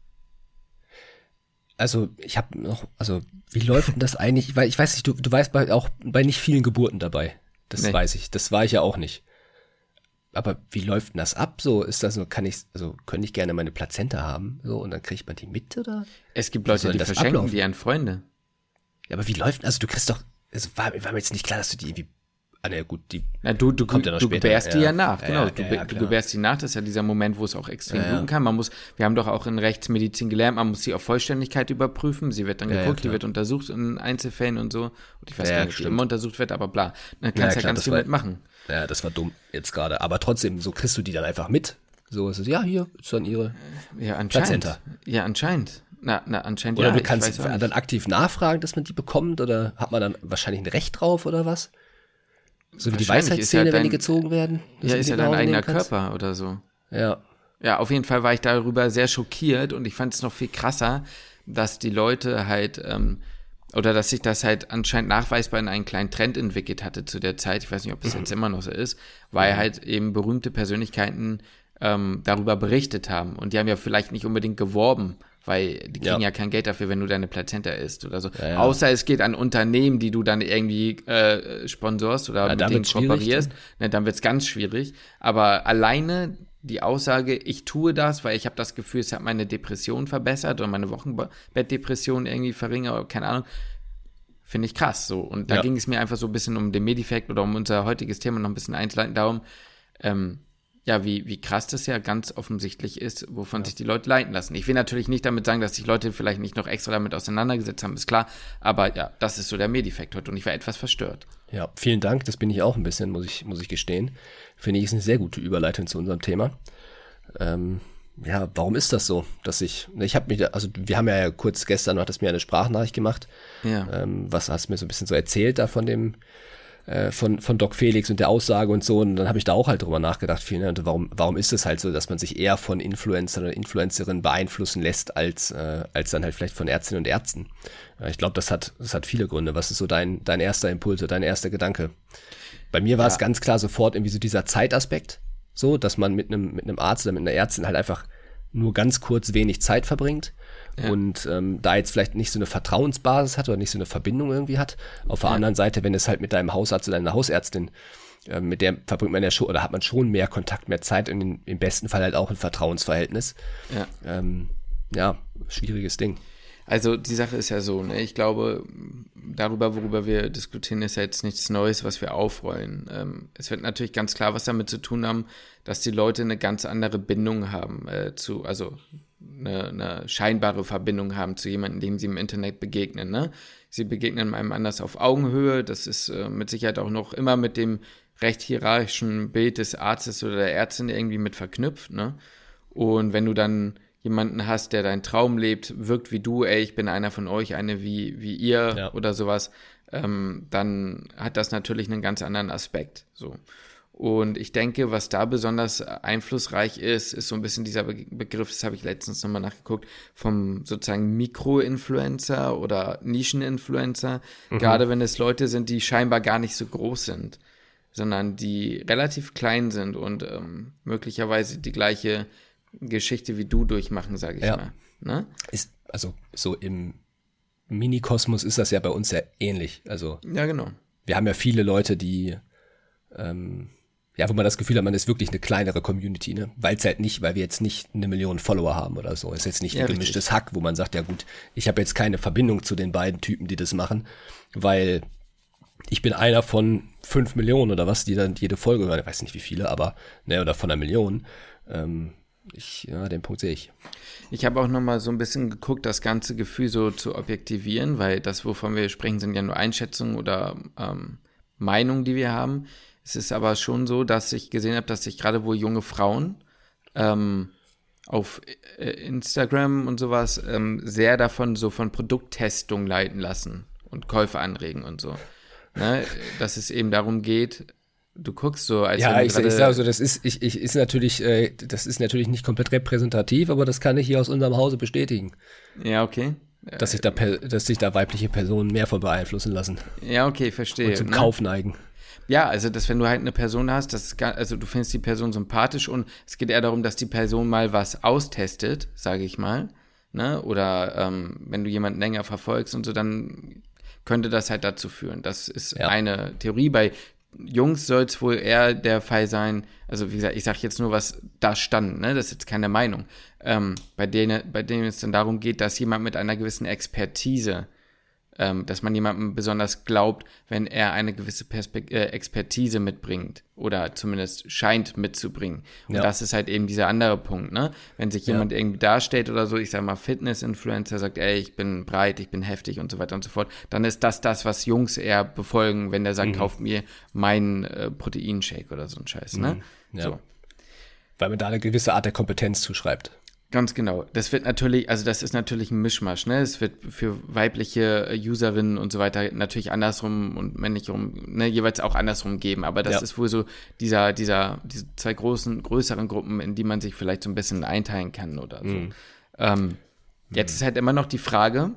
Also ich habe noch, also wie läuft denn das eigentlich? Weil ich weiß nicht, du, du weißt bei, auch bei nicht vielen Geburten dabei. Das nee. weiß ich. Das war ich ja auch nicht. Aber wie läuft denn das ab? So ist das so, kann ich, also könnte ich gerne meine Plazenta haben, so und dann kriegt man die mit, oder? Es gibt Leute, die verschenken ablaufen? die an Freunde. Ja, aber wie läuft, also du kriegst doch, es war, war mir jetzt nicht klar, dass du die irgendwie, ah ne, gut, die Na, du, du, kommt ja noch du später. gebärst die ja nach, ja, genau, ja, du, ja, ja, du gebärst die nach, das ist ja dieser Moment, wo es auch extrem ja, bluten ja. kann. Man muss, wir haben doch auch in Rechtsmedizin gelernt, man muss sie auf Vollständigkeit überprüfen, sie wird dann ja, geguckt, ja, die wird untersucht in Einzelfällen und so, und ich weiß ja, gar nicht, ob die immer untersucht wird, aber bla, dann kannst du ja, ja ganz viel war, mitmachen. Ja, das war dumm jetzt gerade, aber trotzdem, so kriegst du die dann einfach mit, so ist es, ja, hier ist dann ihre ja, anscheinend. Plazenta. Ja, anscheinend. Na, na, anscheinend oder ja. du kannst dann aktiv nachfragen, dass man die bekommt, oder hat man dann wahrscheinlich ein Recht drauf, oder was? So wie die Weisheitszähne, ja dein, wenn die gezogen werden. Ja, ist ja dein eigener Körper oder so. Ja. Ja, auf jeden Fall war ich darüber sehr schockiert und ich fand es noch viel krasser, dass die Leute halt, ähm, oder dass sich das halt anscheinend nachweisbar in einen kleinen Trend entwickelt hatte zu der Zeit. Ich weiß nicht, ob es jetzt immer noch so ist, weil halt eben berühmte Persönlichkeiten ähm, darüber berichtet haben. Und die haben ja vielleicht nicht unbedingt geworben, weil die kriegen ja, Ja. kein Geld dafür, wenn du deine Plazenta isst oder so. Ja, ja. Außer es geht an Unternehmen, die du dann irgendwie äh, sponsorst oder Ja, mit dann denen wird's schwierig, kooperierst. Ne, dann wird's ganz schwierig. Aber alleine die Aussage, ich tue das, weil ich habe das Gefühl, es hat meine Depression verbessert oder meine Wochenbettdepression irgendwie verringert oder keine Ahnung, finde ich krass. So. Und da Ja. ging es mir einfach so ein bisschen um den Medifekt oder um unser heutiges Thema noch ein bisschen einzuleiten, darum, ähm, ja, wie, wie krass das ja ganz offensichtlich ist, wovon sich die Leute leiten lassen. Ich will natürlich nicht damit sagen, dass sich Leute vielleicht nicht noch extra damit auseinandergesetzt haben, ist klar, aber ja, das ist so der Medifekt heute und ich war etwas verstört. Ja, vielen Dank, das bin ich auch ein bisschen, muss ich, muss ich gestehen. Finde ich, ist eine sehr gute Überleitung zu unserem Thema. Ähm, ja, warum ist das so, dass ich, ich habe mich, also wir haben ja kurz gestern, du hattest mir eine Sprachnachricht gemacht, Ja. ähm, was hast du mir so ein bisschen so erzählt da von dem, äh, von, von Doc Felix und der Aussage und so, und dann habe ich da auch halt drüber nachgedacht, viel, ne? Und warum, warum ist es halt so, dass man sich eher von Influencern oder Influencerinnen beeinflussen lässt, als, äh, als dann halt vielleicht von Ärztinnen und Ärzten. Äh, ich glaube, das hat, das hat viele Gründe. Was ist so dein, dein erster Impuls oder dein erster Gedanke? Bei mir war Ja. es ganz klar sofort irgendwie so dieser Zeitaspekt, so, dass man mit einem mit einem Arzt oder mit einer Ärztin halt einfach nur ganz kurz wenig Zeit verbringt Ja. und ähm, da jetzt vielleicht nicht so eine Vertrauensbasis hat oder nicht so eine Verbindung irgendwie hat. Auf der Ja. anderen Seite, wenn es halt mit deinem Hausarzt oder deiner Hausärztin, äh, mit der verbringt man ja schon, oder hat man schon mehr Kontakt, mehr Zeit und in, im besten Fall halt auch ein Vertrauensverhältnis. Ja. Ähm, ja, schwieriges Ding. Also die Sache ist ja so, ne? Ich glaube, darüber, worüber wir diskutieren, ist ja jetzt nichts Neues, was wir aufrollen. Ähm, es wird natürlich ganz klar was damit zu tun haben, dass die Leute eine ganz andere Bindung haben äh, zu, also eine, eine scheinbare Verbindung haben zu jemandem, dem sie im Internet begegnen. Ne? Sie begegnen einem anders auf Augenhöhe. Das ist äh, mit Sicherheit auch noch immer mit dem recht hierarchischen Bild des Arztes oder der Ärztin irgendwie mit verknüpft. Ne? Und wenn du dann jemanden hast, der deinen Traum lebt, wirkt wie du, ey, ich bin einer von euch, eine wie, wie ihr Ja. oder sowas, ähm, dann hat das natürlich einen ganz anderen Aspekt. So. Und ich denke, was da besonders einflussreich ist, ist so ein bisschen dieser Be- Begriff, das habe ich letztens nochmal nachgeguckt, vom sozusagen Mikro-Influencer oder Nischen-Influencer, gerade wenn es Leute sind, die scheinbar gar nicht so groß sind, sondern die relativ klein sind und ähm, möglicherweise die gleiche Geschichte wie du durchmachen, sage ich Ja. mal. Ne? Ist, also so im Mini-Kosmos ist das ja bei uns ja ähnlich. Also Ja, genau. wir haben ja viele Leute, die, ähm, ja, wo man das Gefühl hat, man ist wirklich eine kleinere Community, ne? Weil es halt nicht, weil wir jetzt nicht eine Million Follower haben oder so. Ist jetzt nicht Ja, ein gemischtes Hack, wo man sagt, ja gut, ich habe jetzt keine Verbindung zu den beiden Typen, die das machen, weil ich bin einer von fünf Millionen oder was, die dann jede Folge hören. Ich weiß nicht wie viele, aber, ne, oder von einer Million. Ähm, ich, ja, den Punkt sehe ich. Ich habe auch nochmal so ein bisschen geguckt, das ganze Gefühl so zu objektivieren, weil das, wovon wir sprechen, sind ja nur Einschätzungen oder ähm, Meinungen, die wir haben. Es ist aber schon so, dass ich gesehen habe, dass sich gerade wohl junge Frauen ähm, auf äh, Instagram und sowas ähm, sehr davon so von Produkttestung leiten lassen und Käufe anregen und so. Ne? Dass es eben darum geht, du guckst so, als Ja, wenn du ich, ich gerade- sage so, das ist, ich, ich, ist natürlich, äh, das ist natürlich nicht komplett repräsentativ, aber das kann ich hier aus unserem Hause bestätigen, Ja, okay. dass sich da, per, dass sich da weibliche Personen mehr von beeinflussen lassen Ja, okay, verstehe. und zum ne? Kauf neigen. Ja, also dass wenn du halt eine Person hast, das ist gar, also du findest die Person sympathisch und es geht eher darum, dass die Person mal was austestet, sage ich mal, ne? Oder ähm, wenn du jemanden länger verfolgst und so, dann könnte das halt dazu führen. Das ist Ja. eine Theorie. Bei Jungs soll es wohl eher der Fall sein, also wie gesagt, ich sage jetzt nur, was da stand, ne? Das ist jetzt keine Meinung. Ähm, bei denen, bei denen es dann darum geht, dass jemand mit einer gewissen Expertise, ähm, dass man jemandem besonders glaubt, wenn er eine gewisse Perspek- äh, Expertise mitbringt oder zumindest scheint mitzubringen. Und Ja. das ist halt eben dieser andere Punkt, ne? Wenn sich Ja. jemand irgendwie darstellt oder so, ich sag mal Fitness-Influencer, sagt, ey, ich bin breit, ich bin heftig und so weiter und so fort, dann ist das das, was Jungs eher befolgen, wenn der sagt, kauft mir meinen äh, Proteinshake oder so ein Scheiß, ne? Ja. So. Weil man da eine gewisse Art der Kompetenz zuschreibt. Ganz genau. Das wird natürlich, also das ist natürlich ein Mischmasch, ne? Es wird für weibliche äh, Userinnen und so weiter natürlich andersrum und männlich rum, ne, jeweils auch andersrum geben. Aber das Ja. ist wohl so dieser, dieser, diese zwei großen, größeren Gruppen, in die man sich vielleicht so ein bisschen einteilen kann oder so. Mhm. Ähm, jetzt ist halt immer noch die Frage,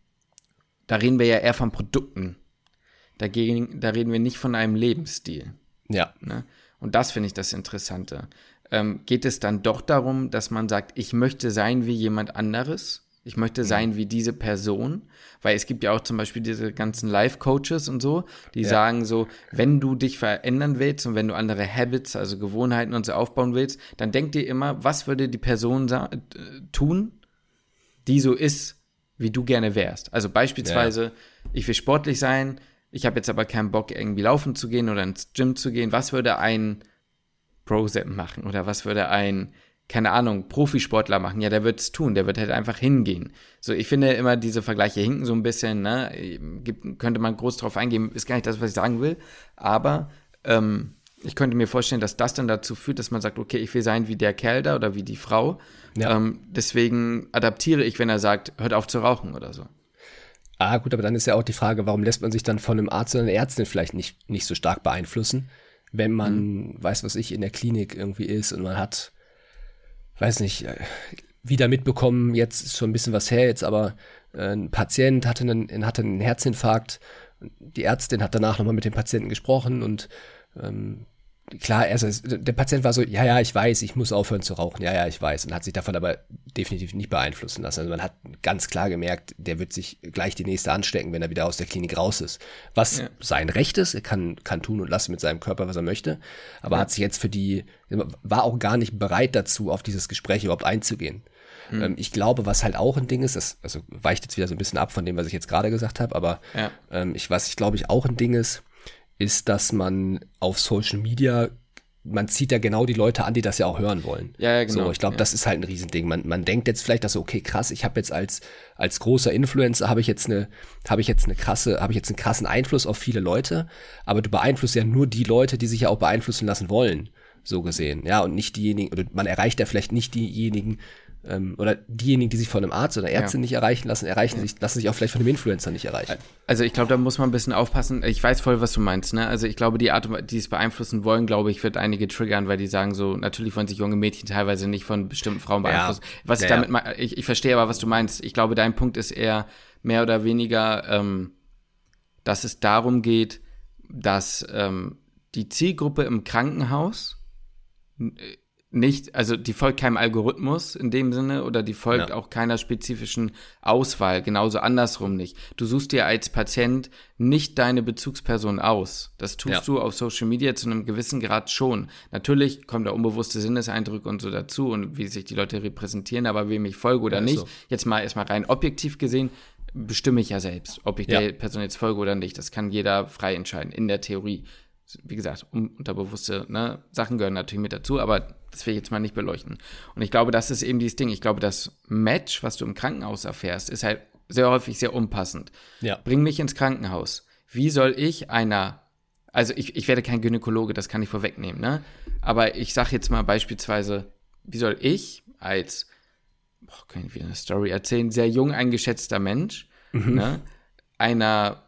da reden wir ja eher von Produkten. Dagegen, da reden wir nicht von einem Lebensstil. Ja. Ne? Und das finde ich das Interessante. Ähm, geht es dann doch darum, dass man sagt, ich möchte sein wie jemand anderes? Ich möchte sein wie diese Person, weil es gibt ja auch zum Beispiel diese ganzen Life-Coaches und so, die Ja. sagen so, wenn du dich verändern willst und wenn du andere Habits, also Gewohnheiten und so aufbauen willst, dann denk dir immer, was würde die Person sa- äh, tun, die so ist, wie du gerne wärst. Also beispielsweise, ich will sportlich sein, ich habe jetzt aber keinen Bock, irgendwie laufen zu gehen oder ins Gym zu gehen. Was würde ein Pro-Set machen oder was würde ein, keine Ahnung, Profisportler machen? Ja, der wird es tun, der wird halt einfach hingehen. So, ich finde immer, diese Vergleiche hinken so ein bisschen, ne, Gibt, könnte man groß drauf eingehen, ist gar nicht das, was ich sagen will, aber ähm, ich könnte mir vorstellen, dass das dann dazu führt, dass man sagt, okay, ich will sein wie der Kerl da oder wie die Frau, Ja. ähm, deswegen adaptiere ich, wenn er sagt, hört auf zu rauchen oder so. Ah, gut, aber dann ist ja auch die Frage, warum lässt man sich dann von einem Arzt oder einer Ärztin vielleicht nicht, nicht so stark beeinflussen, wenn man, mhm. weiß was ich, in der Klinik irgendwie ist und man hat, weiß nicht, äh, wieder mitbekommen, jetzt ist schon ein bisschen was her jetzt, aber äh, ein Patient hatte einen, hatte einen Herzinfarkt, die Ärztin hat danach nochmal mit dem Patienten gesprochen und ähm, klar, also der Patient war so, ja, ja, ich weiß, ich muss aufhören zu rauchen, ja, ja, ich weiß, und hat sich davon aber definitiv nicht beeinflussen lassen. Also man hat ganz klar gemerkt, der wird sich gleich die nächste anstecken, wenn er wieder aus der Klinik raus ist. Was Ja. sein Recht ist, er kann, kann tun und lassen mit seinem Körper, was er möchte, aber Ja. hat sich jetzt für die, war auch gar nicht bereit dazu, auf dieses Gespräch überhaupt einzugehen. Mhm. Ähm, ich glaube, was halt auch ein Ding ist, das also weicht jetzt wieder so ein bisschen ab von dem, was ich jetzt gerade gesagt habe, aber Ja. ähm, ich, was ich glaube ich auch ein Ding ist, ist, dass man auf Social Media, man zieht ja genau die Leute an, die das ja auch hören wollen. Ja, ja, genau. So, ich glaube, Ja. das ist halt ein Riesending. Man, man denkt jetzt vielleicht, dass so, okay, krass, ich habe jetzt als, als großer Influencer, habe ich jetzt eine, habe ich jetzt eine krasse, habe ich jetzt einen krassen Einfluss auf viele Leute, aber du beeinflusst ja nur die Leute, die sich ja auch beeinflussen lassen wollen, so gesehen. Ja, und nicht diejenigen, oder man erreicht ja vielleicht nicht diejenigen, ähm, oder diejenigen, die sich von einem Arzt oder Ärztin Ja. nicht erreichen lassen, erreichen sich, lassen sich auch vielleicht von einem Influencer nicht erreichen. Also ich glaube, da muss man ein bisschen aufpassen. Ich weiß voll, was du meinst, ne? Also ich glaube, die Art, die es beeinflussen wollen, glaube ich, wird einige triggern, weil die sagen so, natürlich wollen sich junge Mädchen teilweise nicht von bestimmten Frauen Ja. beeinflussen. Was ich Ja, damit meine, ich, ich verstehe aber, was du meinst. Ich glaube, dein Punkt ist eher mehr oder weniger, ähm, dass es darum geht, dass ähm, die Zielgruppe im Krankenhaus nicht, also die folgt keinem Algorithmus in dem Sinne oder die folgt Ja. auch keiner spezifischen Auswahl, genauso andersrum nicht. Du suchst dir als Patient nicht deine Bezugsperson aus. Das tust Ja. du auf Social Media zu einem gewissen Grad schon. Natürlich kommt der unbewusste Sinneseindruck und so dazu und wie sich die Leute repräsentieren, aber wem ich folge oder Ja, ist nicht, so. jetzt mal erstmal rein objektiv gesehen, bestimme ich ja selbst, ob ich Ja. der Person jetzt folge oder nicht. Das kann jeder frei entscheiden, in der Theorie. Wie gesagt, un- unterbewusste ne, Sachen gehören natürlich mit dazu, aber das will ich jetzt mal nicht beleuchten. Und ich glaube, das ist eben dieses Ding. Ich glaube, das Match, was du im Krankenhaus erfährst, ist halt sehr häufig sehr unpassend. Ja. Bring mich ins Krankenhaus. Wie soll ich einer, also ich, ich werde kein Gynäkologe, das kann ich vorwegnehmen, ne? Aber ich sage jetzt mal beispielsweise, wie soll ich als, boah, kann ich wieder eine Story erzählen, sehr jung eingeschätzter Mensch, ne, einer,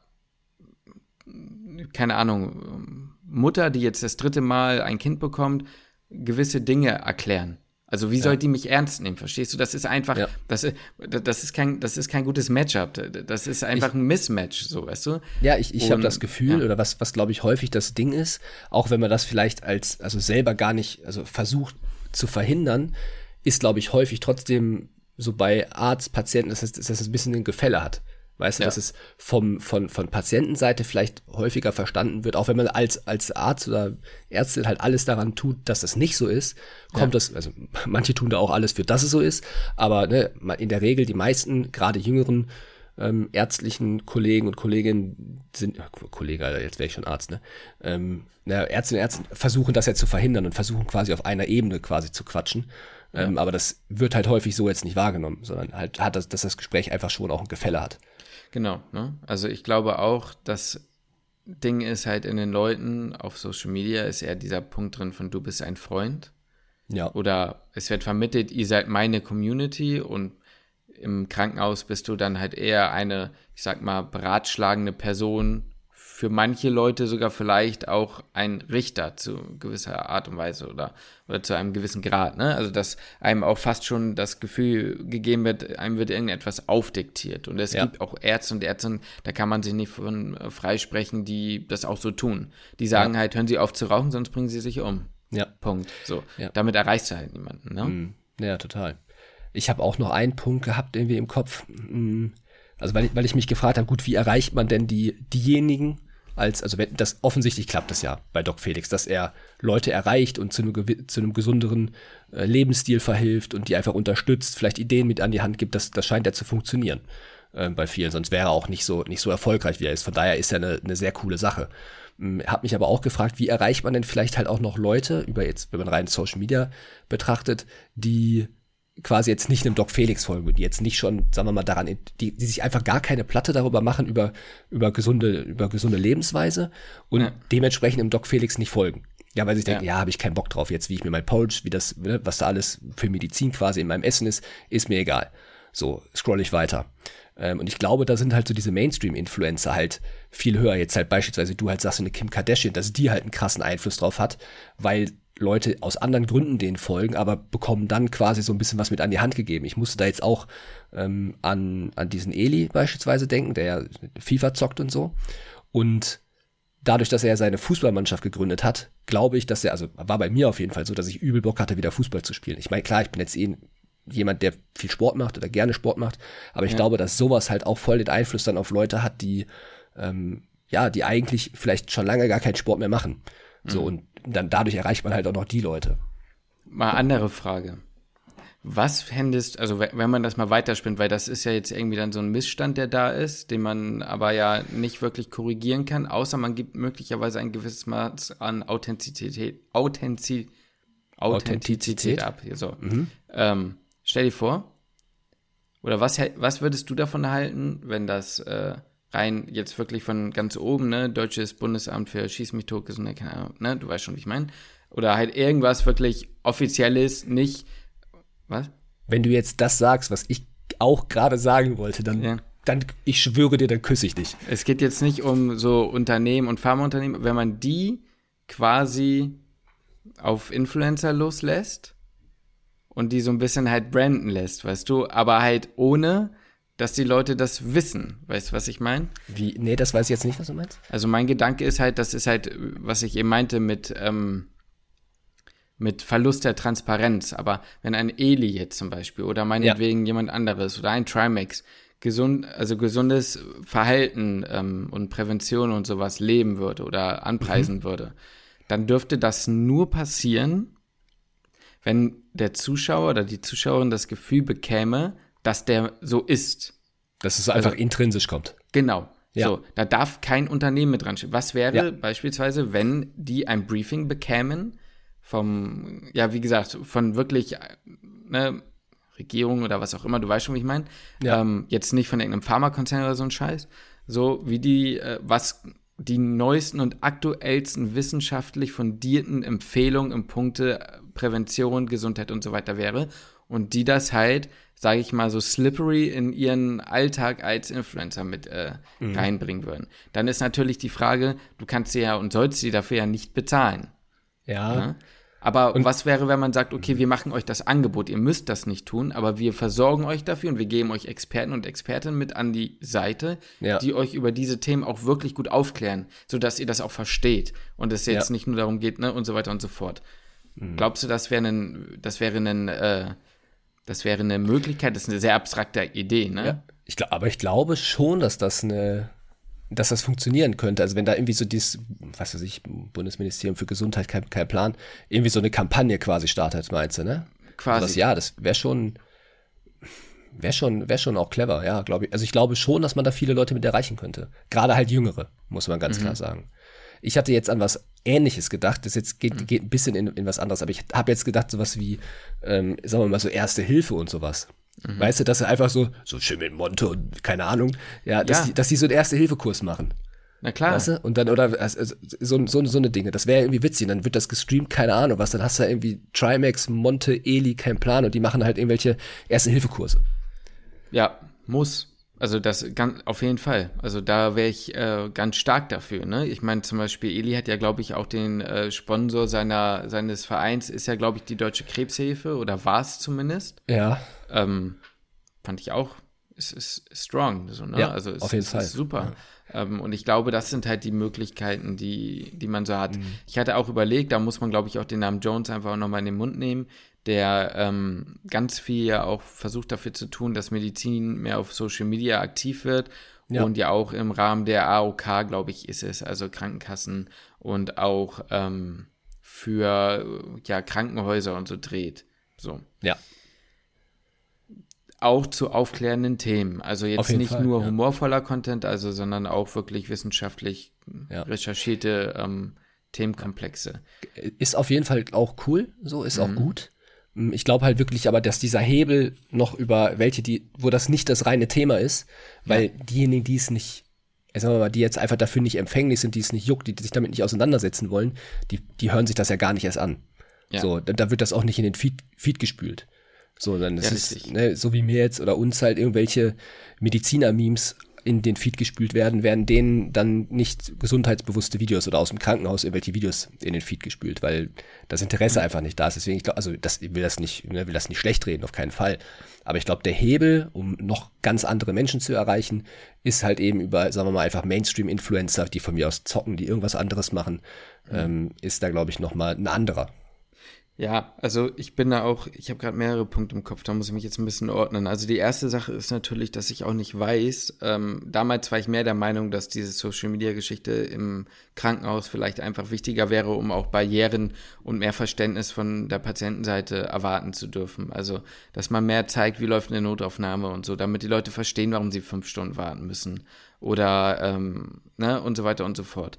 keine Ahnung, Mutter, die jetzt das dritte Mal ein Kind bekommt, gewisse Dinge erklären. Also wie soll die mich ernst nehmen, verstehst du? Das ist einfach, Ja. das, ist, das, ist kein, das ist kein gutes Matchup. Das ist einfach ein Mismatch, so, weißt du? Ja, ich, ich habe Und- das Gefühl, ja. oder was, was glaube ich häufig das Ding ist, auch wenn man das vielleicht als, also selber gar nicht, also versucht zu verhindern, ist glaube ich häufig trotzdem so bei Arzt, Patienten, dass es, dass es ein bisschen ein Gefälle hat. Weißt du, Ja. dass es vom, von, von Patientenseite vielleicht häufiger verstanden wird, auch wenn man als, als Arzt oder Ärztin halt alles daran tut, dass das nicht so ist, kommt das, also manche tun da auch alles für, dass es so ist, aber ne, in der Regel die meisten, gerade jüngeren ähm, ärztlichen Kollegen und Kolleginnen sind, äh, Kollege, Alter, jetzt wäre ich schon Arzt, ne? Ähm, na, Ärztinnen und Ärzte versuchen das ja zu verhindern und versuchen quasi auf einer Ebene quasi zu quatschen. Ähm, aber das wird halt häufig so jetzt nicht wahrgenommen, sondern halt hat das, dass das Gespräch einfach schon auch ein Gefälle hat. Genau, ne? Also ich glaube auch, das Ding ist halt in den Leuten auf Social Media ist eher dieser Punkt drin von du bist ein Freund. Ja. Oder es wird vermittelt, ihr seid meine Community und im Krankenhaus bist du dann halt eher eine, ich sag mal, beratschlagende Person, für manche Leute sogar vielleicht auch ein Richter zu gewisser Art und Weise oder, oder zu einem gewissen Grad, ne? Also, dass einem auch fast schon das Gefühl gegeben wird, einem wird irgendetwas aufdiktiert. Und es Ja. gibt auch Ärzte und Ärztinnen, da kann man sich nicht von äh, freisprechen, die das auch so tun. Die sagen Ja. halt, hören Sie auf zu rauchen, sonst bringen Sie sich um. Ja. Punkt. So. Ja. Damit erreichst du halt niemanden, ne? Mhm. Ja, total. ich habe auch noch einen Punkt gehabt irgendwie im Kopf. Also weil ich, weil ich mich gefragt habe, gut, wie erreicht man denn die diejenigen, als, also wenn das offensichtlich klappt das ja bei Doc Felix, dass er Leute erreicht und zu einem, zu einem gesünderen äh, Lebensstil verhilft und die einfach unterstützt, vielleicht Ideen mit an die Hand gibt, das, das scheint ja zu funktionieren äh, bei vielen, sonst wäre er auch nicht so, nicht so erfolgreich, wie er ist. Von daher ist er eine, eine sehr coole Sache. Ähm, hab mich aber auch gefragt, wie erreicht man denn vielleicht halt auch noch Leute, über jetzt, wenn man rein Social Media betrachtet, die quasi jetzt nicht einem Doc Felix folgen, die jetzt nicht schon, sagen wir mal, daran, die, die sich einfach gar keine Platte darüber machen, über, über gesunde, über gesunde Lebensweise und ja. dementsprechend dem Doc Felix nicht folgen. Ja, weil sie denken, ja, ja habe ich keinen Bock drauf, jetzt wie ich mir mein Porridge, wie das, was da alles für Medizin quasi in meinem Essen ist, ist mir egal. So, scroll ich weiter. Ähm, und ich glaube, da sind halt so diese Mainstream-Influencer halt viel höher. Jetzt halt beispielsweise, du halt sagst, so eine Kim Kardashian, dass die halt einen krassen Einfluss drauf hat, weil Leute aus anderen Gründen denen folgen, aber bekommen dann quasi so ein bisschen was mit an die Hand gegeben. Ich musste da jetzt auch ähm, an, an diesen Eli beispielsweise denken, der ja FIFA zockt und so. Und dadurch, dass er seine Fußballmannschaft gegründet hat, glaube ich, dass er, also war bei mir auf jeden Fall so, dass ich übel Bock hatte, wieder Fußball zu spielen. Ich meine, klar, ich bin jetzt eh jemand, der viel Sport macht oder gerne Sport macht, aber ich ja. glaube, dass sowas halt auch voll den Einfluss dann auf Leute hat, die ähm, ja, die eigentlich vielleicht schon lange gar keinen Sport mehr machen. So, mhm. und dann dadurch erreicht man halt auch noch die Leute. Mal andere Frage. Was fändest, also wenn man das mal weiterspinnt, weil das ist ja jetzt irgendwie dann so ein Missstand, der da ist, den man aber ja nicht wirklich korrigieren kann, außer man gibt möglicherweise ein gewisses Maß an Authentizität, Authentiz, Authentizität, Authentizität ab. Hier so. Mhm. Ähm, stell dir vor, oder was, was würdest du davon halten, wenn das äh, rein jetzt wirklich von ganz oben, ne, Deutsches Bundesamt für Schieß mich tot, Gesundheit, keine Ahnung, ne, du weißt schon, wie ich meine, oder halt irgendwas wirklich Offizielles, nicht, was? Wenn du jetzt das sagst, was ich auch gerade sagen wollte, dann, ja. dann, ich schwöre dir, dann küsse ich dich. Es geht jetzt nicht um so Unternehmen und Pharmaunternehmen, wenn man die quasi auf Influencer loslässt und die so ein bisschen halt branden lässt, weißt du, aber halt ohne, dass die Leute das wissen. Weißt du, was ich meine? Wie? Nee, das weiß ich jetzt nicht, was du meinst. Also mein Gedanke ist halt, das ist halt, was ich eben meinte mit, ähm, mit Verlust der Transparenz. Aber wenn ein Eli jetzt zum Beispiel oder meinetwegen ja. jemand anderes oder ein Trimax gesund, also gesundes Verhalten ähm, und Prävention und sowas leben würde oder anpreisen mhm. würde, dann dürfte das nur passieren, wenn der Zuschauer oder die Zuschauerin das Gefühl bekäme, dass der so ist. Dass es einfach also, intrinsisch kommt. Genau. Ja. So, da darf kein Unternehmen mit dran stehen. Was wäre ja. beispielsweise, wenn die ein Briefing bekämen vom, ja, wie gesagt, von wirklich, ne, Regierung oder was auch immer, du weißt schon, wie ich meine. Ja. Ähm, jetzt nicht von irgendeinem Pharmakonzern oder so ein Scheiß. So wie die, äh, was die neuesten und aktuellsten wissenschaftlich fundierten Empfehlungen im Punkte Prävention, Gesundheit und so weiter wäre. Und die das halt, sage ich mal, so slippery in ihren Alltag als Influencer mit äh, mhm. reinbringen würden. Dann ist natürlich die Frage, du kannst sie ja und sollst sie dafür ja nicht bezahlen. Ja. ja? Aber und was wäre, wenn man sagt, okay, wir machen euch das Angebot, ihr müsst das nicht tun, aber wir versorgen euch dafür und wir geben euch Experten und Expertinnen mit an die Seite, ja. die euch über diese Themen auch wirklich gut aufklären, sodass ihr das auch versteht und es jetzt ja. nicht nur darum geht, ne, und so weiter und so fort. Mhm. Glaubst du, das wäre ein, das wäre ein, äh, das wäre eine Möglichkeit, das ist eine sehr abstrakte Idee, ne? Ja, ich glaub, aber ich glaube schon, dass das eine dass das funktionieren könnte. Also wenn da irgendwie so dieses, was weiß ich, Bundesministerium für Gesundheit, kein, kein Plan, irgendwie so eine Kampagne quasi startet, meinst du, ne? Quasi. Also das, ja, das wäre schon, wäre schon, wäre schon auch clever, ja, glaube ich. Also ich glaube schon, dass man da viele Leute mit erreichen könnte. Gerade halt Jüngere, muss man ganz mhm. klar sagen. Ich hatte jetzt an was Ähnliches gedacht, das jetzt geht, mhm. geht ein bisschen in, in was anderes, aber ich habe jetzt gedacht, sowas wie, ähm, sagen wir mal, so Erste Hilfe und sowas. Mhm. Weißt du, dass sie einfach so, so schön mit Monte und keine Ahnung, ja, dass, ja. Die, dass die so einen Erste-Hilfe-Kurs machen. Na klar. Weißt du? Und dann, oder also, so, so, so eine Dinge, das wäre irgendwie witzig, dann wird das gestreamt, keine Ahnung was, dann hast du da irgendwie Trimax, Monte, Eli, kein Plan und die machen halt irgendwelche Erste-Hilfe-Kurse. Ja, muss. Also das ganz auf jeden Fall. Also da wäre ich äh, ganz stark dafür. Ne? Ich meine zum Beispiel, Eli hat ja, glaube ich, auch den äh, Sponsor seiner seines Vereins, ist ja, glaube ich, die Deutsche Krebshilfe oder war es zumindest. Ja. Ähm, fand ich auch, es ist, ist strong. So, ne? Ja, also es, auf jeden es Fall. Ist super. Ja. Ähm, und ich glaube, das sind halt die Möglichkeiten, die, die man so hat. Mhm. Ich hatte auch überlegt, da muss man, glaube ich, auch den Namen Jones einfach auch nochmal in den Mund nehmen, der ähm, ganz viel ja auch versucht dafür zu tun, dass Medizin mehr auf Social Media aktiv wird Ja. und ja auch im Rahmen der A O K, glaube ich, ist es, also Krankenkassen und auch ähm, für ja, Krankenhäuser und so dreht. So. Ja. Auch zu aufklärenden Themen. Also Auf jetzt jeden nicht Fall, nur ja. humorvoller Content, also sondern auch wirklich wissenschaftlich Ja. recherchierte ähm, Themenkomplexe. Ist auf jeden Fall auch cool, so ist Mhm. auch gut. Ich glaube halt wirklich aber, dass dieser Hebel noch über welche, die, wo das nicht das reine Thema ist, weil diejenigen, die es nicht, äh, sagen wir mal, die jetzt einfach dafür nicht empfänglich sind, die es nicht juckt, die sich damit nicht auseinandersetzen wollen, die, die hören sich das ja gar nicht erst an. Ja. So, da, da wird das auch nicht in den Feed, Feed gespült. So, dann ist Ja, es, richtig. ne, so wie mir jetzt oder uns halt irgendwelche Mediziner-Memes in den Feed gespült werden, werden denen dann nicht gesundheitsbewusste Videos oder aus dem Krankenhaus irgendwelche Videos in den Feed gespült, weil das Interesse einfach nicht da ist. Deswegen, ich glaube, also das, ich will das nicht, ne, will das nicht schlecht reden, auf keinen Fall. Aber ich glaube, der Hebel, um noch ganz andere Menschen zu erreichen, ist halt eben über, sagen wir mal, einfach Mainstream-Influencer, die von mir aus zocken, die irgendwas anderes machen, ähm, ist da, glaube ich, nochmal ein anderer. Ja, also ich bin da auch, ich habe gerade mehrere Punkte im Kopf, da muss ich mich jetzt ein bisschen ordnen. Also die erste Sache ist natürlich, dass ich auch nicht weiß, ähm, damals war ich mehr der Meinung, dass diese Social-Media-Geschichte im Krankenhaus vielleicht einfach wichtiger wäre, um auch Barrieren und mehr Verständnis von der Patientenseite erwarten zu dürfen. Also, dass man mehr zeigt, wie läuft eine Notaufnahme und so, damit die Leute verstehen, warum sie fünf Stunden warten müssen oder, ähm, ne, und so weiter und so fort.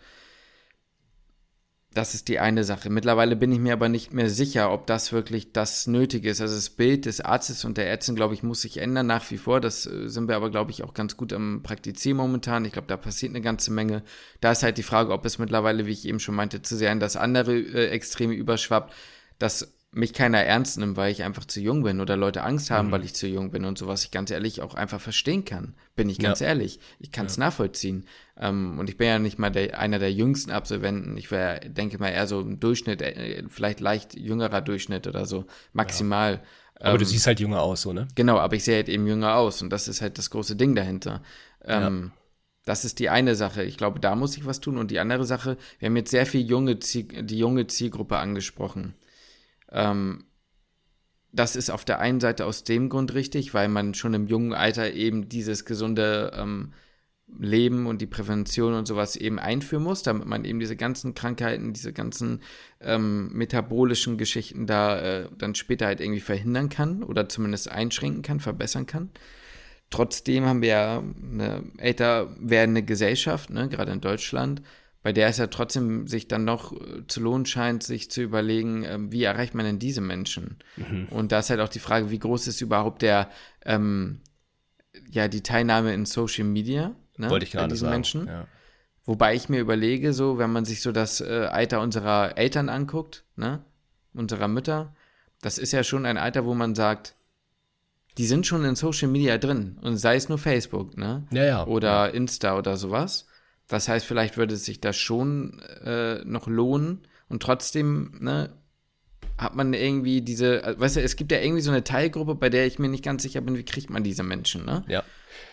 Das ist die eine Sache. Mittlerweile bin ich mir aber nicht mehr sicher, ob das wirklich das Nötige ist. Also das Bild des Arztes und der Ärztin, glaube ich, muss sich ändern nach wie vor. Das äh, sind wir aber, glaube ich, auch ganz gut am Praktizieren momentan. Ich glaube, da passiert eine ganze Menge. Da ist halt die Frage, ob es mittlerweile, wie ich eben schon meinte, zu sehr in das andere äh, Extreme überschwappt, dass mich keiner ernst nimmt, weil ich einfach zu jung bin oder Leute Angst haben, Mhm. weil ich zu jung bin und so, was ich ganz ehrlich auch einfach verstehen kann. Bin ich ganz Ja. ehrlich. Ich kann es nachvollziehen. Ähm, und ich bin ja nicht mal der, einer der jüngsten Absolventen. Ich wäre, denke mal, eher so im Durchschnitt, äh, vielleicht leicht jüngerer Durchschnitt oder so, maximal. Aber du Ähm, siehst halt jünger aus, so, ne? Genau, aber ich sehe halt eben jünger aus und das ist halt das große Ding dahinter. Ähm, Das ist die eine Sache. Ich glaube, da muss ich was tun. Und die andere Sache, wir haben jetzt sehr viel junge Ziel, die junge Zielgruppe angesprochen. Ähm, das ist auf der einen Seite aus dem Grund richtig, weil man schon im jungen Alter eben dieses gesunde ähm, Leben und die Prävention und sowas eben einführen muss, damit man eben diese ganzen Krankheiten, diese ganzen ähm, metabolischen Geschichten da äh, dann später halt irgendwie verhindern kann oder zumindest einschränken kann, verbessern kann. Trotzdem haben wir ja eine älter werdende Gesellschaft, ne, gerade in Deutschland, bei der es ja trotzdem sich dann noch äh, zu lohnen scheint, sich zu überlegen, äh, wie erreicht man denn diese Menschen? Mhm. Und da ist halt auch die Frage, wie groß ist überhaupt der, ähm, ja, die Teilnahme in Social Media, ne, Wollte ich bei gerade diesen sagen. Menschen? Ja. Wobei ich mir überlege, so, wenn man sich so das äh, Alter unserer Eltern anguckt, ne, unserer Mütter, das ist ja schon ein Alter, wo man sagt, die sind schon in Social Media drin und sei es nur Facebook, ne? Ja, ja. Oder Insta oder sowas. Das heißt, vielleicht würde es sich das schon äh, noch lohnen und trotzdem, ne, hat man irgendwie diese, äh, weißt du, es gibt ja irgendwie so eine Teilgruppe, bei der ich mir nicht ganz sicher bin, wie kriegt man diese Menschen, ne? Ja.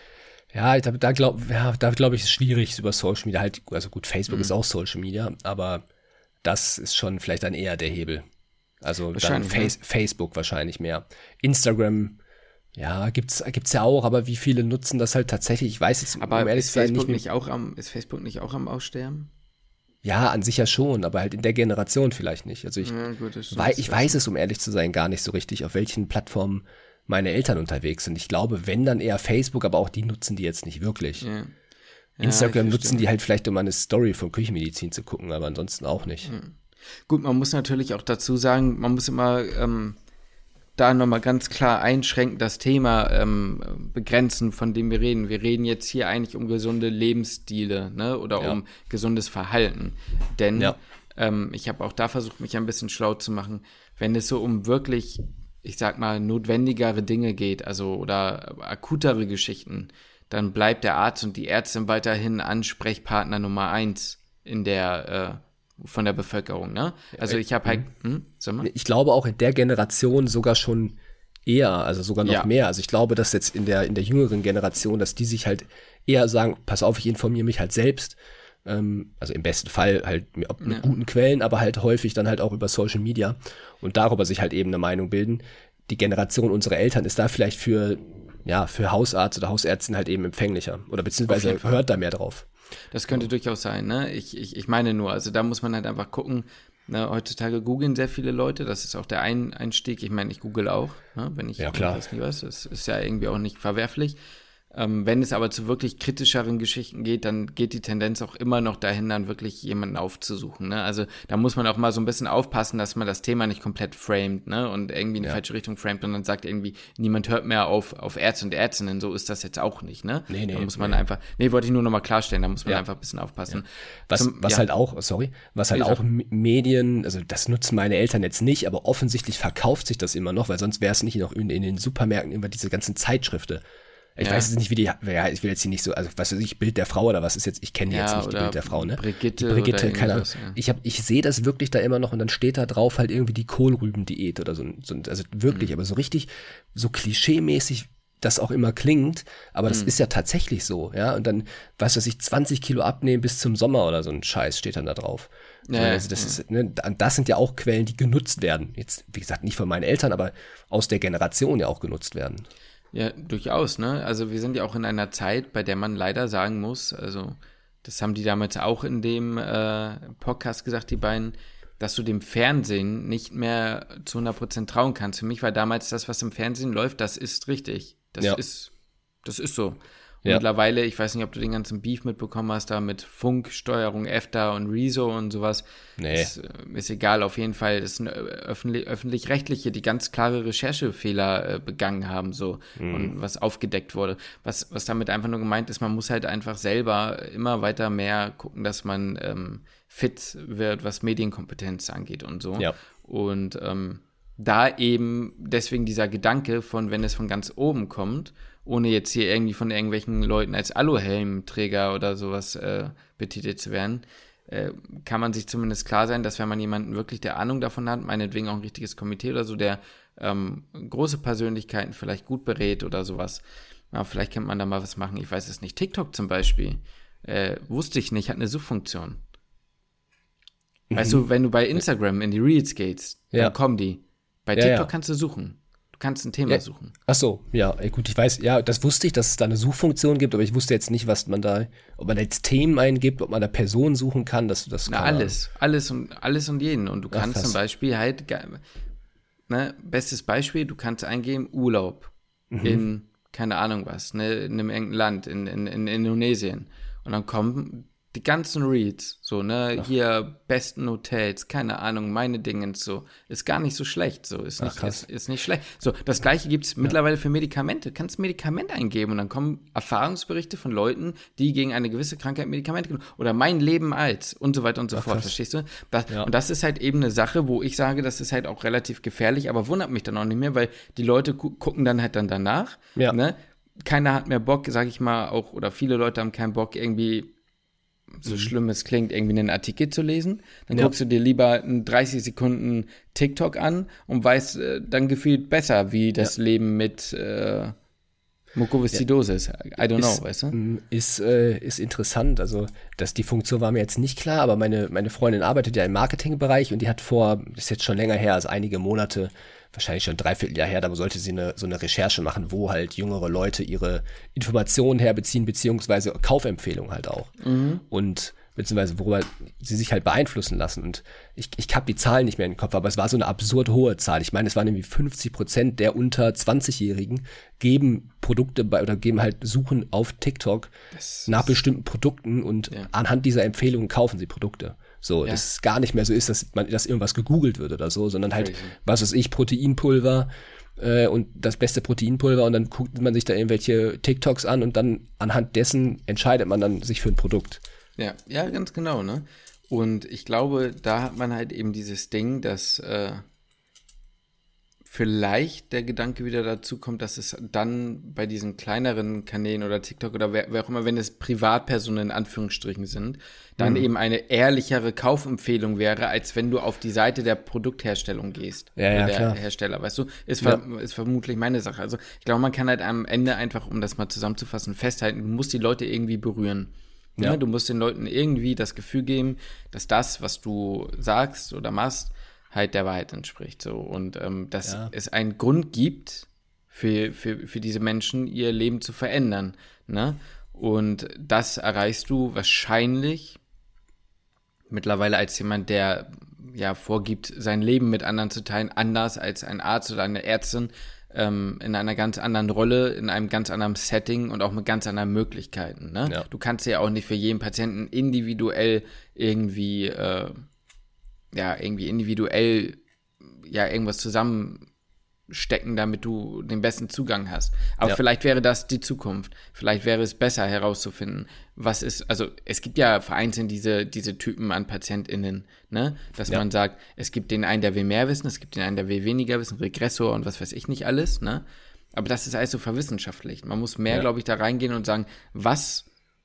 Ja, ich glaub, da glaube ja, da glaub ich, ist es schwierig über Social Media. Halt, also gut, Facebook Mhm. ist auch Social Media, aber das ist schon vielleicht dann eher der Hebel. Also dann Wahrscheinlich, Face, Facebook wahrscheinlich mehr. Instagram, ja, gibt's, gibt's ja auch, aber wie viele nutzen das halt tatsächlich? Ich weiß jetzt, Aber um ehrlich ist zu sein, Facebook nicht, nicht auch am, ist Facebook nicht auch am Aussterben? ja, an sich ja schon, aber halt in der Generation vielleicht nicht. Also ich, Ja, gut, das stimmt. wei ich weiß es, um ehrlich zu sein, gar nicht so richtig, auf welchen Plattformen meine Eltern unterwegs sind. Ich glaube, wenn, dann eher Facebook, aber auch die nutzen die jetzt nicht wirklich. Ja. Ja, Instagram ich nutzen verstehe. die halt vielleicht, um eine Story von Küchenmedizin zu gucken, aber ansonsten auch nicht. Gut, man muss natürlich auch dazu sagen, man muss immer ähm, da nochmal ganz klar einschränken, das Thema ähm, begrenzen, von dem wir reden. Wir reden jetzt hier eigentlich um gesunde Lebensstile, ne, oder Ja. um gesundes Verhalten. Denn Ja. ähm, ich habe auch da versucht, mich ein bisschen schlau zu machen, wenn es so um wirklich, ich sag mal, notwendigere Dinge geht, also oder akutere Geschichten, dann bleibt der Arzt und die Ärztin weiterhin Ansprechpartner Nummer eins in der äh, von der Bevölkerung, ne? Also ich habe halt, hm, sag mal. Ich glaube auch in der Generation sogar schon eher, also sogar noch Ja. mehr. Also ich glaube, dass jetzt in der, in der jüngeren Generation, dass die sich halt eher sagen, pass auf, ich informiere mich halt selbst. Ähm, also im besten Fall halt mit, mit Ja. guten Quellen, aber halt häufig dann halt auch über Social Media und darüber sich halt eben eine Meinung bilden. Die Generation unserer Eltern ist da vielleicht für, ja, für Hausarzt oder Hausärztin halt eben empfänglicher oder Auf beziehungsweise jeden Fall. hört da mehr drauf. Das könnte durchaus sein, ne? Ich, ich, ich meine nur, also da muss man halt einfach gucken, ne? Heutzutage googeln sehr viele Leute, das ist auch der ein Einstieg. Ich meine, ich google auch, ne? Wenn ich Ja, klar. was nicht weiß, das ist ja irgendwie auch nicht verwerflich. Ähm, wenn es aber zu wirklich kritischeren Geschichten geht, dann geht die Tendenz auch immer noch dahin, dann wirklich jemanden aufzusuchen, ne? Also da muss man auch mal so ein bisschen aufpassen, dass man das Thema nicht komplett framet, ne? Und irgendwie in die Ja. falsche Richtung framet und dann sagt irgendwie, niemand hört mehr auf, auf Ärzte und Ärztinnen, so ist das jetzt auch nicht, ne? Nee, nee, Da muss man nee. einfach, nee, wollte ich nur nochmal klarstellen, da muss man Ja. einfach ein bisschen aufpassen. Was, Zum- was ja. halt auch, sorry, was halt Nee, auch sag. M- Medien, also das nutzen meine Eltern jetzt nicht, aber offensichtlich verkauft sich das immer noch, weil sonst wäre es nicht noch in, in den Supermärkten immer diese ganzen Zeitschriften. Ich Ja. weiß jetzt nicht, wie die, ja, ich will jetzt hier nicht so, also was weiß ich, Bild der Frau oder was ist jetzt, ich kenne Ja, jetzt nicht die oder Bild der Frau, ne? Brigitte die Brigitte, oder keine Ahnung. irgendwas, ja. Ich hab, ich sehe das wirklich da immer noch und dann steht da drauf halt irgendwie die Kohlrüben-Diät oder so, so also wirklich, Mhm. aber so richtig, so klischee-mäßig das auch immer klingt, aber Mhm. das ist ja tatsächlich so, ja, und dann, was weiß ich, zwanzig Kilo abnehmen bis zum Sommer oder so ein Scheiß steht dann da drauf. Ja, also das ja. ist, ne, das sind ja auch Quellen, die genutzt werden. Jetzt, wie gesagt, nicht von meinen Eltern, aber aus der Generation ja auch genutzt werden. Ja, durchaus, ne? Also wir sind ja auch in einer Zeit, bei der man leider sagen muss, also das haben die damals auch in dem äh, Podcast gesagt, die beiden, dass du dem Fernsehen nicht mehr zu hundert Prozent trauen kannst. Für mich war damals das, was im Fernsehen läuft, das ist richtig. Das Ja. ist, das ist so. Und Ja. mittlerweile, ich weiß nicht, ob du den ganzen Beef mitbekommen hast, da mit Funk, Steuerung, F D A und Rezo und sowas. Nee. Ist, äh, ist egal, auf jeden Fall. Das sind äh, öffentlich, öffentlich-rechtliche, die ganz klare Recherchefehler äh, begangen haben, so, und was aufgedeckt wurde. Was, was damit einfach nur gemeint ist, man muss halt einfach selber immer weiter mehr gucken, dass man ähm, fit wird, was Medienkompetenz angeht und so. Ja. Und ähm, da eben deswegen dieser Gedanke von, wenn es von ganz oben kommt, ohne jetzt hier irgendwie von irgendwelchen Leuten als Aluhelmträger oder sowas äh, betitelt zu werden, äh, kann man sich zumindest klar sein, dass wenn man jemanden wirklich, der Ahnung davon hat, meinetwegen auch ein richtiges Komitee oder so, der ähm, große Persönlichkeiten vielleicht gut berät oder sowas, na, vielleicht könnte man da mal was machen, ich weiß es nicht. TikTok zum Beispiel, äh, wusste ich nicht, hat eine Suchfunktion. Weißt du, wenn du bei Instagram in die Reels gehst, dann Ja. kommen die. Bei Ja, TikTok ja. kannst du suchen. Du kannst ein Thema Ja. suchen. Ach so, ja, ey, gut, ich weiß, ja, das wusste ich, dass es da eine Suchfunktion gibt, aber ich wusste jetzt nicht, was man da, ob man da jetzt Themen eingibt, ob man da Personen suchen kann, das, das Na, keine Ahnung. alles. Alles und, alles und jeden. Und du Ach, kannst krass. zum Beispiel halt, ge- ne, bestes Beispiel, du kannst eingeben Urlaub Mhm. in, keine Ahnung was, ne, in einem irgendeinem Land, in, in, in Indonesien. Und dann kommen die ganzen Reads, so, ne, hier besten Hotels, keine Ahnung, meine Dingens, so, ist gar nicht so schlecht, so, ist Ach, nicht, krass. ist, ist nicht schlecht. So, das gleiche gibt's mittlerweile für Medikamente. Du kannst ein Medikament eingeben und dann kommen Erfahrungsberichte von Leuten, die gegen eine gewisse Krankheit Medikamente genommen oder mein Leben als und so weiter und so Ach, fort, krass. verstehst du? Das, Ja. Und das ist halt eben eine Sache, wo ich sage, das ist halt auch relativ gefährlich, aber wundert mich dann auch nicht mehr, weil die Leute gu gucken dann halt dann danach, Ja. ne? Keiner hat mehr Bock, sag ich mal, auch, oder viele Leute haben keinen Bock, irgendwie, so schlimm es klingt, irgendwie einen Artikel zu lesen. Dann Mhm. Ja. guckst du dir lieber einen dreißig Sekunden TikTok an und weißt äh, dann gefühlt besser, wie das Leben mit äh, Mukoviszidose ist. I don't know, Ist, weißt du? m, ist, äh, ist interessant. Also, dass die Funktion war mir jetzt nicht klar, aber meine, meine Freundin arbeitet ja im Marketingbereich und die hat vor, das ist jetzt schon länger her, also einige Monate, wahrscheinlich schon ein Dreivierteljahr her, da sollte sie eine, so eine Recherche machen, wo halt jüngere Leute ihre Informationen herbeziehen, beziehungsweise Kaufempfehlungen halt auch. Und beziehungsweise worüber sie sich halt beeinflussen lassen. Und ich, ich habe die Zahlen nicht mehr im Kopf, aber es war so eine absurd hohe Zahl. Ich meine, es waren irgendwie fünfzig Prozent der unter zwanzigjährigen geben Produkte bei oder geben halt Suchen auf TikTok Das nach bestimmten Produkten und Ja. anhand dieser Empfehlungen kaufen sie Produkte. So, Ja. dass es gar nicht mehr so ist, dass man, dass irgendwas gegoogelt wird oder so, sondern halt, Crazy. was weiß ich, Proteinpulver äh, und das beste Proteinpulver und dann guckt man sich da irgendwelche TikToks an und dann anhand dessen entscheidet man dann sich für ein Produkt. Ja, ja, ganz genau, ne? Und ich glaube, da hat man halt eben dieses Ding, dass äh, vielleicht der Gedanke wieder dazu kommt, dass es dann bei diesen kleineren Kanälen oder TikTok oder wer, wer auch immer, wenn es Privatpersonen in Anführungsstrichen sind, dann Mhm. eben eine ehrlichere Kaufempfehlung wäre, als wenn du auf die Seite der Produktherstellung gehst. Ja, ja, Oder der klar. Hersteller, weißt du? Ist, ver ist vermutlich meine Sache. Also ich glaube, man kann halt am Ende einfach, um das mal zusammenzufassen, festhalten, du musst die Leute irgendwie berühren. Ja. Ne? Du musst den Leuten irgendwie das Gefühl geben, dass das, was du sagst oder machst, halt der Wahrheit entspricht. So. Und ähm, dass Ja. es einen Grund gibt, für, für, für diese Menschen ihr Leben zu verändern. Ne? Und das erreichst du wahrscheinlich mittlerweile als jemand, der ja vorgibt, sein Leben mit anderen zu teilen, anders als ein Arzt oder eine Ärztin, ähm, in einer ganz anderen Rolle, in einem ganz anderen Setting und auch mit ganz anderen Möglichkeiten. Ne? Ja. Du kannst ja auch nicht für jeden Patienten individuell irgendwie, äh, ja, irgendwie individuell ja irgendwas zusammenstecken, damit du den besten Zugang hast. Aber Ja. vielleicht wäre das die Zukunft. Vielleicht wäre es besser herauszufinden, was ist, also es gibt ja vereinzelt diese, diese Typen an PatientInnen, ne? Dass Ja. man sagt, es gibt den einen, der will mehr wissen, es gibt den einen, der will weniger wissen, Regressor und was weiß ich nicht alles, ne? Aber das ist alles so verwissenschaftlicht. Man muss mehr, Ja. glaube ich, da reingehen und sagen, was,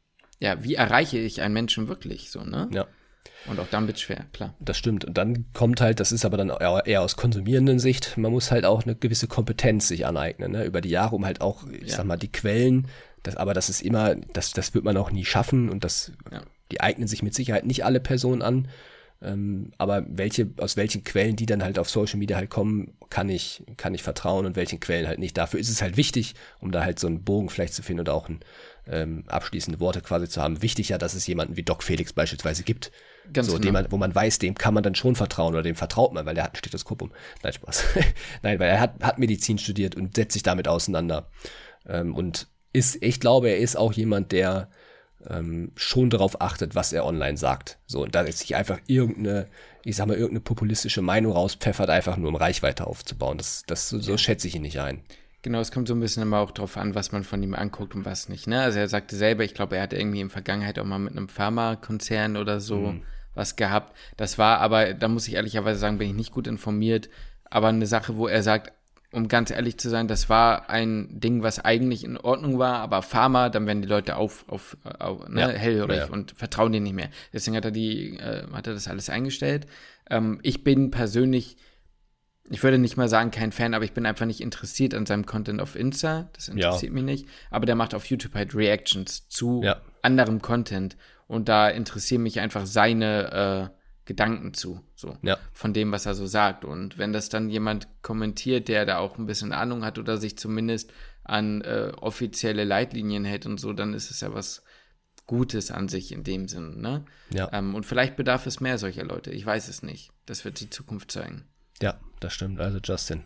ja, wie erreiche ich einen Menschen wirklich so, ne? Ja. Und auch dann wird es schwer, klar. Das stimmt. Und dann kommt halt, das ist aber dann eher eher aus konsumierenden Sicht, man muss halt auch eine gewisse Kompetenz sich aneignen, ne? Über die Jahre, um halt auch, ich Ja. sag mal, die Quellen, das, aber das ist immer, das, das wird man auch nie schaffen und das, Ja. die eignen sich mit Sicherheit nicht alle Personen an. Ähm, aber welche, aus welchen Quellen die dann halt auf Social Media halt kommen, kann ich, kann ich vertrauen und welchen Quellen halt nicht. Dafür ist es halt wichtig, um da halt so einen Bogen vielleicht zu finden oder auch ein, ähm, abschließende Worte quasi zu haben. Wichtig ja, dass es jemanden wie Doc Felix beispielsweise gibt, Ganz so, genau. dem man, wo man weiß, dem kann man dann schon vertrauen oder dem vertraut man, weil der hat ein Stethoskop um. Nein, Spaß. Nein, weil er hat, hat Medizin studiert und setzt sich damit auseinander. Ähm, und ist, ich glaube, er ist auch jemand, der ähm, schon darauf achtet, was er online sagt. So, und da ist sich einfach irgendeine, ich sag mal, irgendeine populistische Meinung rauspfeffert, einfach nur um Reichweite aufzubauen. Das, das, so, so schätze ich ihn nicht ein. Genau, es kommt so ein bisschen immer auch drauf an, was man von ihm anguckt und was nicht. Ne? Also er sagte selber, ich glaube, er hatte irgendwie in der Vergangenheit auch mal mit einem Pharmakonzern oder so Mhm. was gehabt. Das war aber, da muss ich ehrlicherweise sagen, bin ich nicht gut informiert, aber eine Sache, wo er sagt, um ganz ehrlich zu sein, das war ein Ding, was eigentlich in Ordnung war, aber Pharma, dann werden die Leute auf, auf, auf ne, Ja, hellhörig ja. und vertrauen denen nicht mehr. Deswegen hat er die, äh, hat er das alles eingestellt. Ähm, ich bin persönlich, ich würde nicht mal sagen, kein Fan, aber ich bin einfach nicht interessiert an seinem Content auf Insta. Das interessiert mich nicht. Aber der macht auf YouTube halt Reactions zu Ja. anderem Content. Und da interessieren mich einfach seine äh, Gedanken zu, so, Ja. von dem, was er so sagt. Und wenn das dann jemand kommentiert, der da auch ein bisschen Ahnung hat oder sich zumindest an äh, offizielle Leitlinien hält und so, dann ist es ja was Gutes an sich in dem Sinn, ne? Ja. Ähm, und vielleicht bedarf es mehr solcher Leute. Ich weiß es nicht. Das wird die Zukunft zeigen. Ja, das stimmt. Also Justin,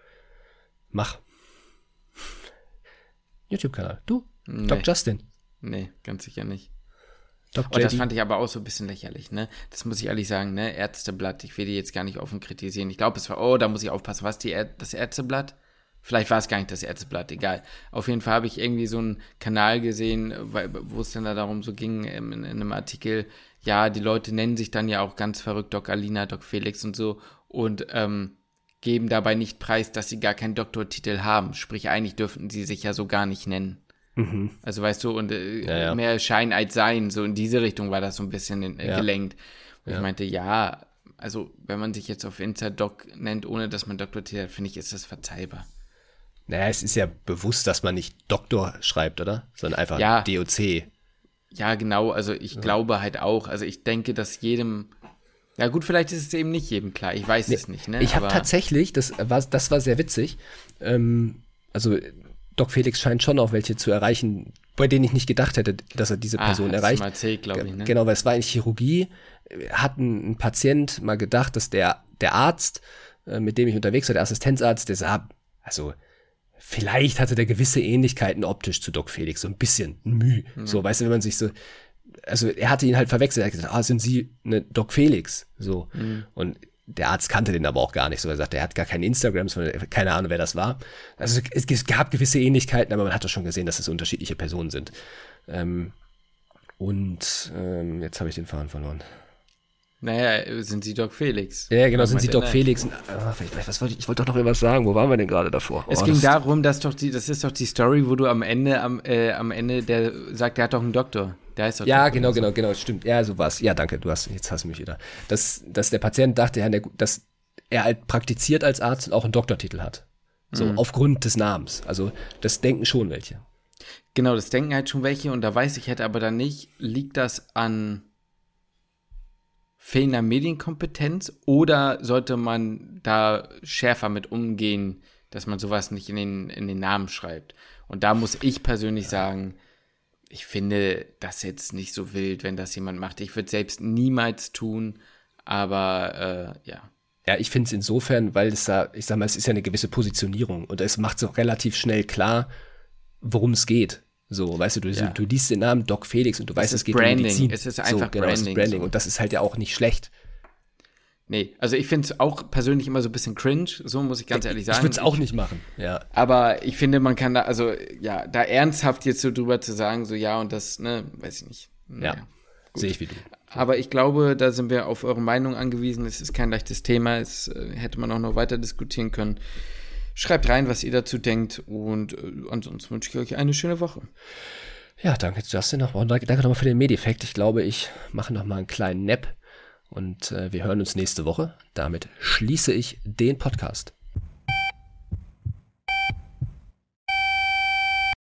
mach. YouTube-Kanal. Du, Nee. Doc Justin. Nee, ganz sicher nicht. Doc Und das J D. fand ich aber auch so ein bisschen lächerlich, ne? Das muss ich ehrlich sagen, ne? Ärzteblatt, ich will die jetzt gar nicht offen kritisieren. Ich glaube, es war, oh, da muss ich aufpassen. Was, die Ä- das Ärzteblatt? Vielleicht war es gar nicht das Ärzteblatt, egal. Auf jeden Fall habe ich irgendwie so einen Kanal gesehen, weil- wo es dann da darum so ging, in, in einem Artikel, ja, die Leute nennen sich dann ja auch ganz verrückt Doc Alina, Doc Felix und so und ähm, geben dabei nicht preis, dass sie gar keinen Doktortitel haben. Sprich, eigentlich dürften sie sich ja so gar nicht nennen. Mhm. Also weißt du, und äh, Ja, ja. mehr Schein als Sein, so in diese Richtung war das so ein bisschen in, äh, Ja. gelenkt. Und Ja. ich meinte, ja, also wenn man sich jetzt auf Insta Doc nennt, ohne dass man Doktortitel hat, finde ich, ist das verzeihbar. Naja, es ist ja bewusst, dass man nicht Doktor schreibt, oder? Sondern einfach Ja. D O C. Ja, genau, also ich glaube halt auch, also ich denke, dass jedem, ja gut, vielleicht ist es eben nicht jedem klar, ich weiß es nicht, ne? Ich habe Aber- tatsächlich, das war, das war sehr witzig, ähm, also Doc Felix scheint schon auch welche zu erreichen, bei denen ich nicht gedacht hätte, dass er diese Ah, Person hast du erreicht. mal erzählt, glaube ich, ne? Genau, weil es war in Chirurgie, hat ein, ein Patient mal gedacht, dass der, der Arzt, äh, mit dem ich unterwegs war, der Assistenzarzt, der sah, also vielleicht hatte der gewisse Ähnlichkeiten optisch zu Doc Felix, so ein bisschen, ein Müh. So, weißt du, wenn man sich so, also er hatte ihn halt verwechselt, er hat gesagt, ah, sind Sie eine Doc Felix? So. Und der Arzt kannte den aber auch gar nicht so. Er sagte, er hat gar kein Instagram, sondern keine Ahnung, wer das war. Also es, es gab gewisse Ähnlichkeiten, aber man hat doch schon gesehen, dass es unterschiedliche Personen sind. Ähm, und ähm, jetzt habe ich den Faden verloren. Naja, sind sie Doc Felix? Ja, genau, Man sind sie meinte, Doc ne? Felix. Und, ah, was, was wollte ich, ich wollte doch noch irgendwas sagen. Wo waren wir denn gerade davor? Es Oh, ging das- darum, dass doch die, das ist doch die Story, wo du am Ende, am, äh, am Ende, der sagt, der hat doch einen Doktor. Der heißt doch Ja, Doktor genau, oder so. genau, genau, stimmt. Ja, so war's. Ja, danke, du hast, jetzt hast du mich wieder. Dass, dass der Patient dachte, ja, der, dass er halt praktiziert als Arzt und auch einen Doktortitel hat. So, Mhm. aufgrund des Namens. Also, das denken schon welche. Genau, das denken halt schon welche und da weiß ich halt aber dann nicht, liegt das an fehlender Medienkompetenz oder sollte man da schärfer mit umgehen, dass man sowas nicht in den, in den Namen schreibt? Und da muss ich persönlich sagen, ich finde das jetzt nicht so wild, wenn das jemand macht. Ich würde es selbst niemals tun, aber äh, ja. Ja, ich finde es insofern, weil es da, ich sag mal, es ist ja eine gewisse Positionierung und es macht so relativ schnell klar, worum es geht. So, weißt du, du, Ja. du liest den Namen Doc Felix und du weißt, ist es geht Branding. um Medizin. Es ist einfach so, genau, es ist Branding, Branding. so. Und das ist halt ja auch nicht schlecht. Nee, also ich finde es auch persönlich immer so ein bisschen cringe, so muss ich ganz ehrlich sagen. Ich würde es auch nicht machen, ja. Aber ich finde, man kann da, also ja, da ernsthaft jetzt so drüber zu sagen, so ja und das, ne, weiß ich nicht. Naja, Ja, sehe ich wie du. Aber ich glaube, da sind wir auf eure Meinung angewiesen. Es ist kein leichtes Thema, es äh, hätte man auch noch weiter diskutieren können. Schreibt rein, was ihr dazu denkt und äh, ansonsten wünsche ich euch eine schöne Woche. Ja, danke Justin noch. Und danke nochmal für den Medifekt. Ich glaube, ich mache noch mal einen kleinen Nap und äh, wir hören uns nächste Woche. Damit schließe ich den Podcast.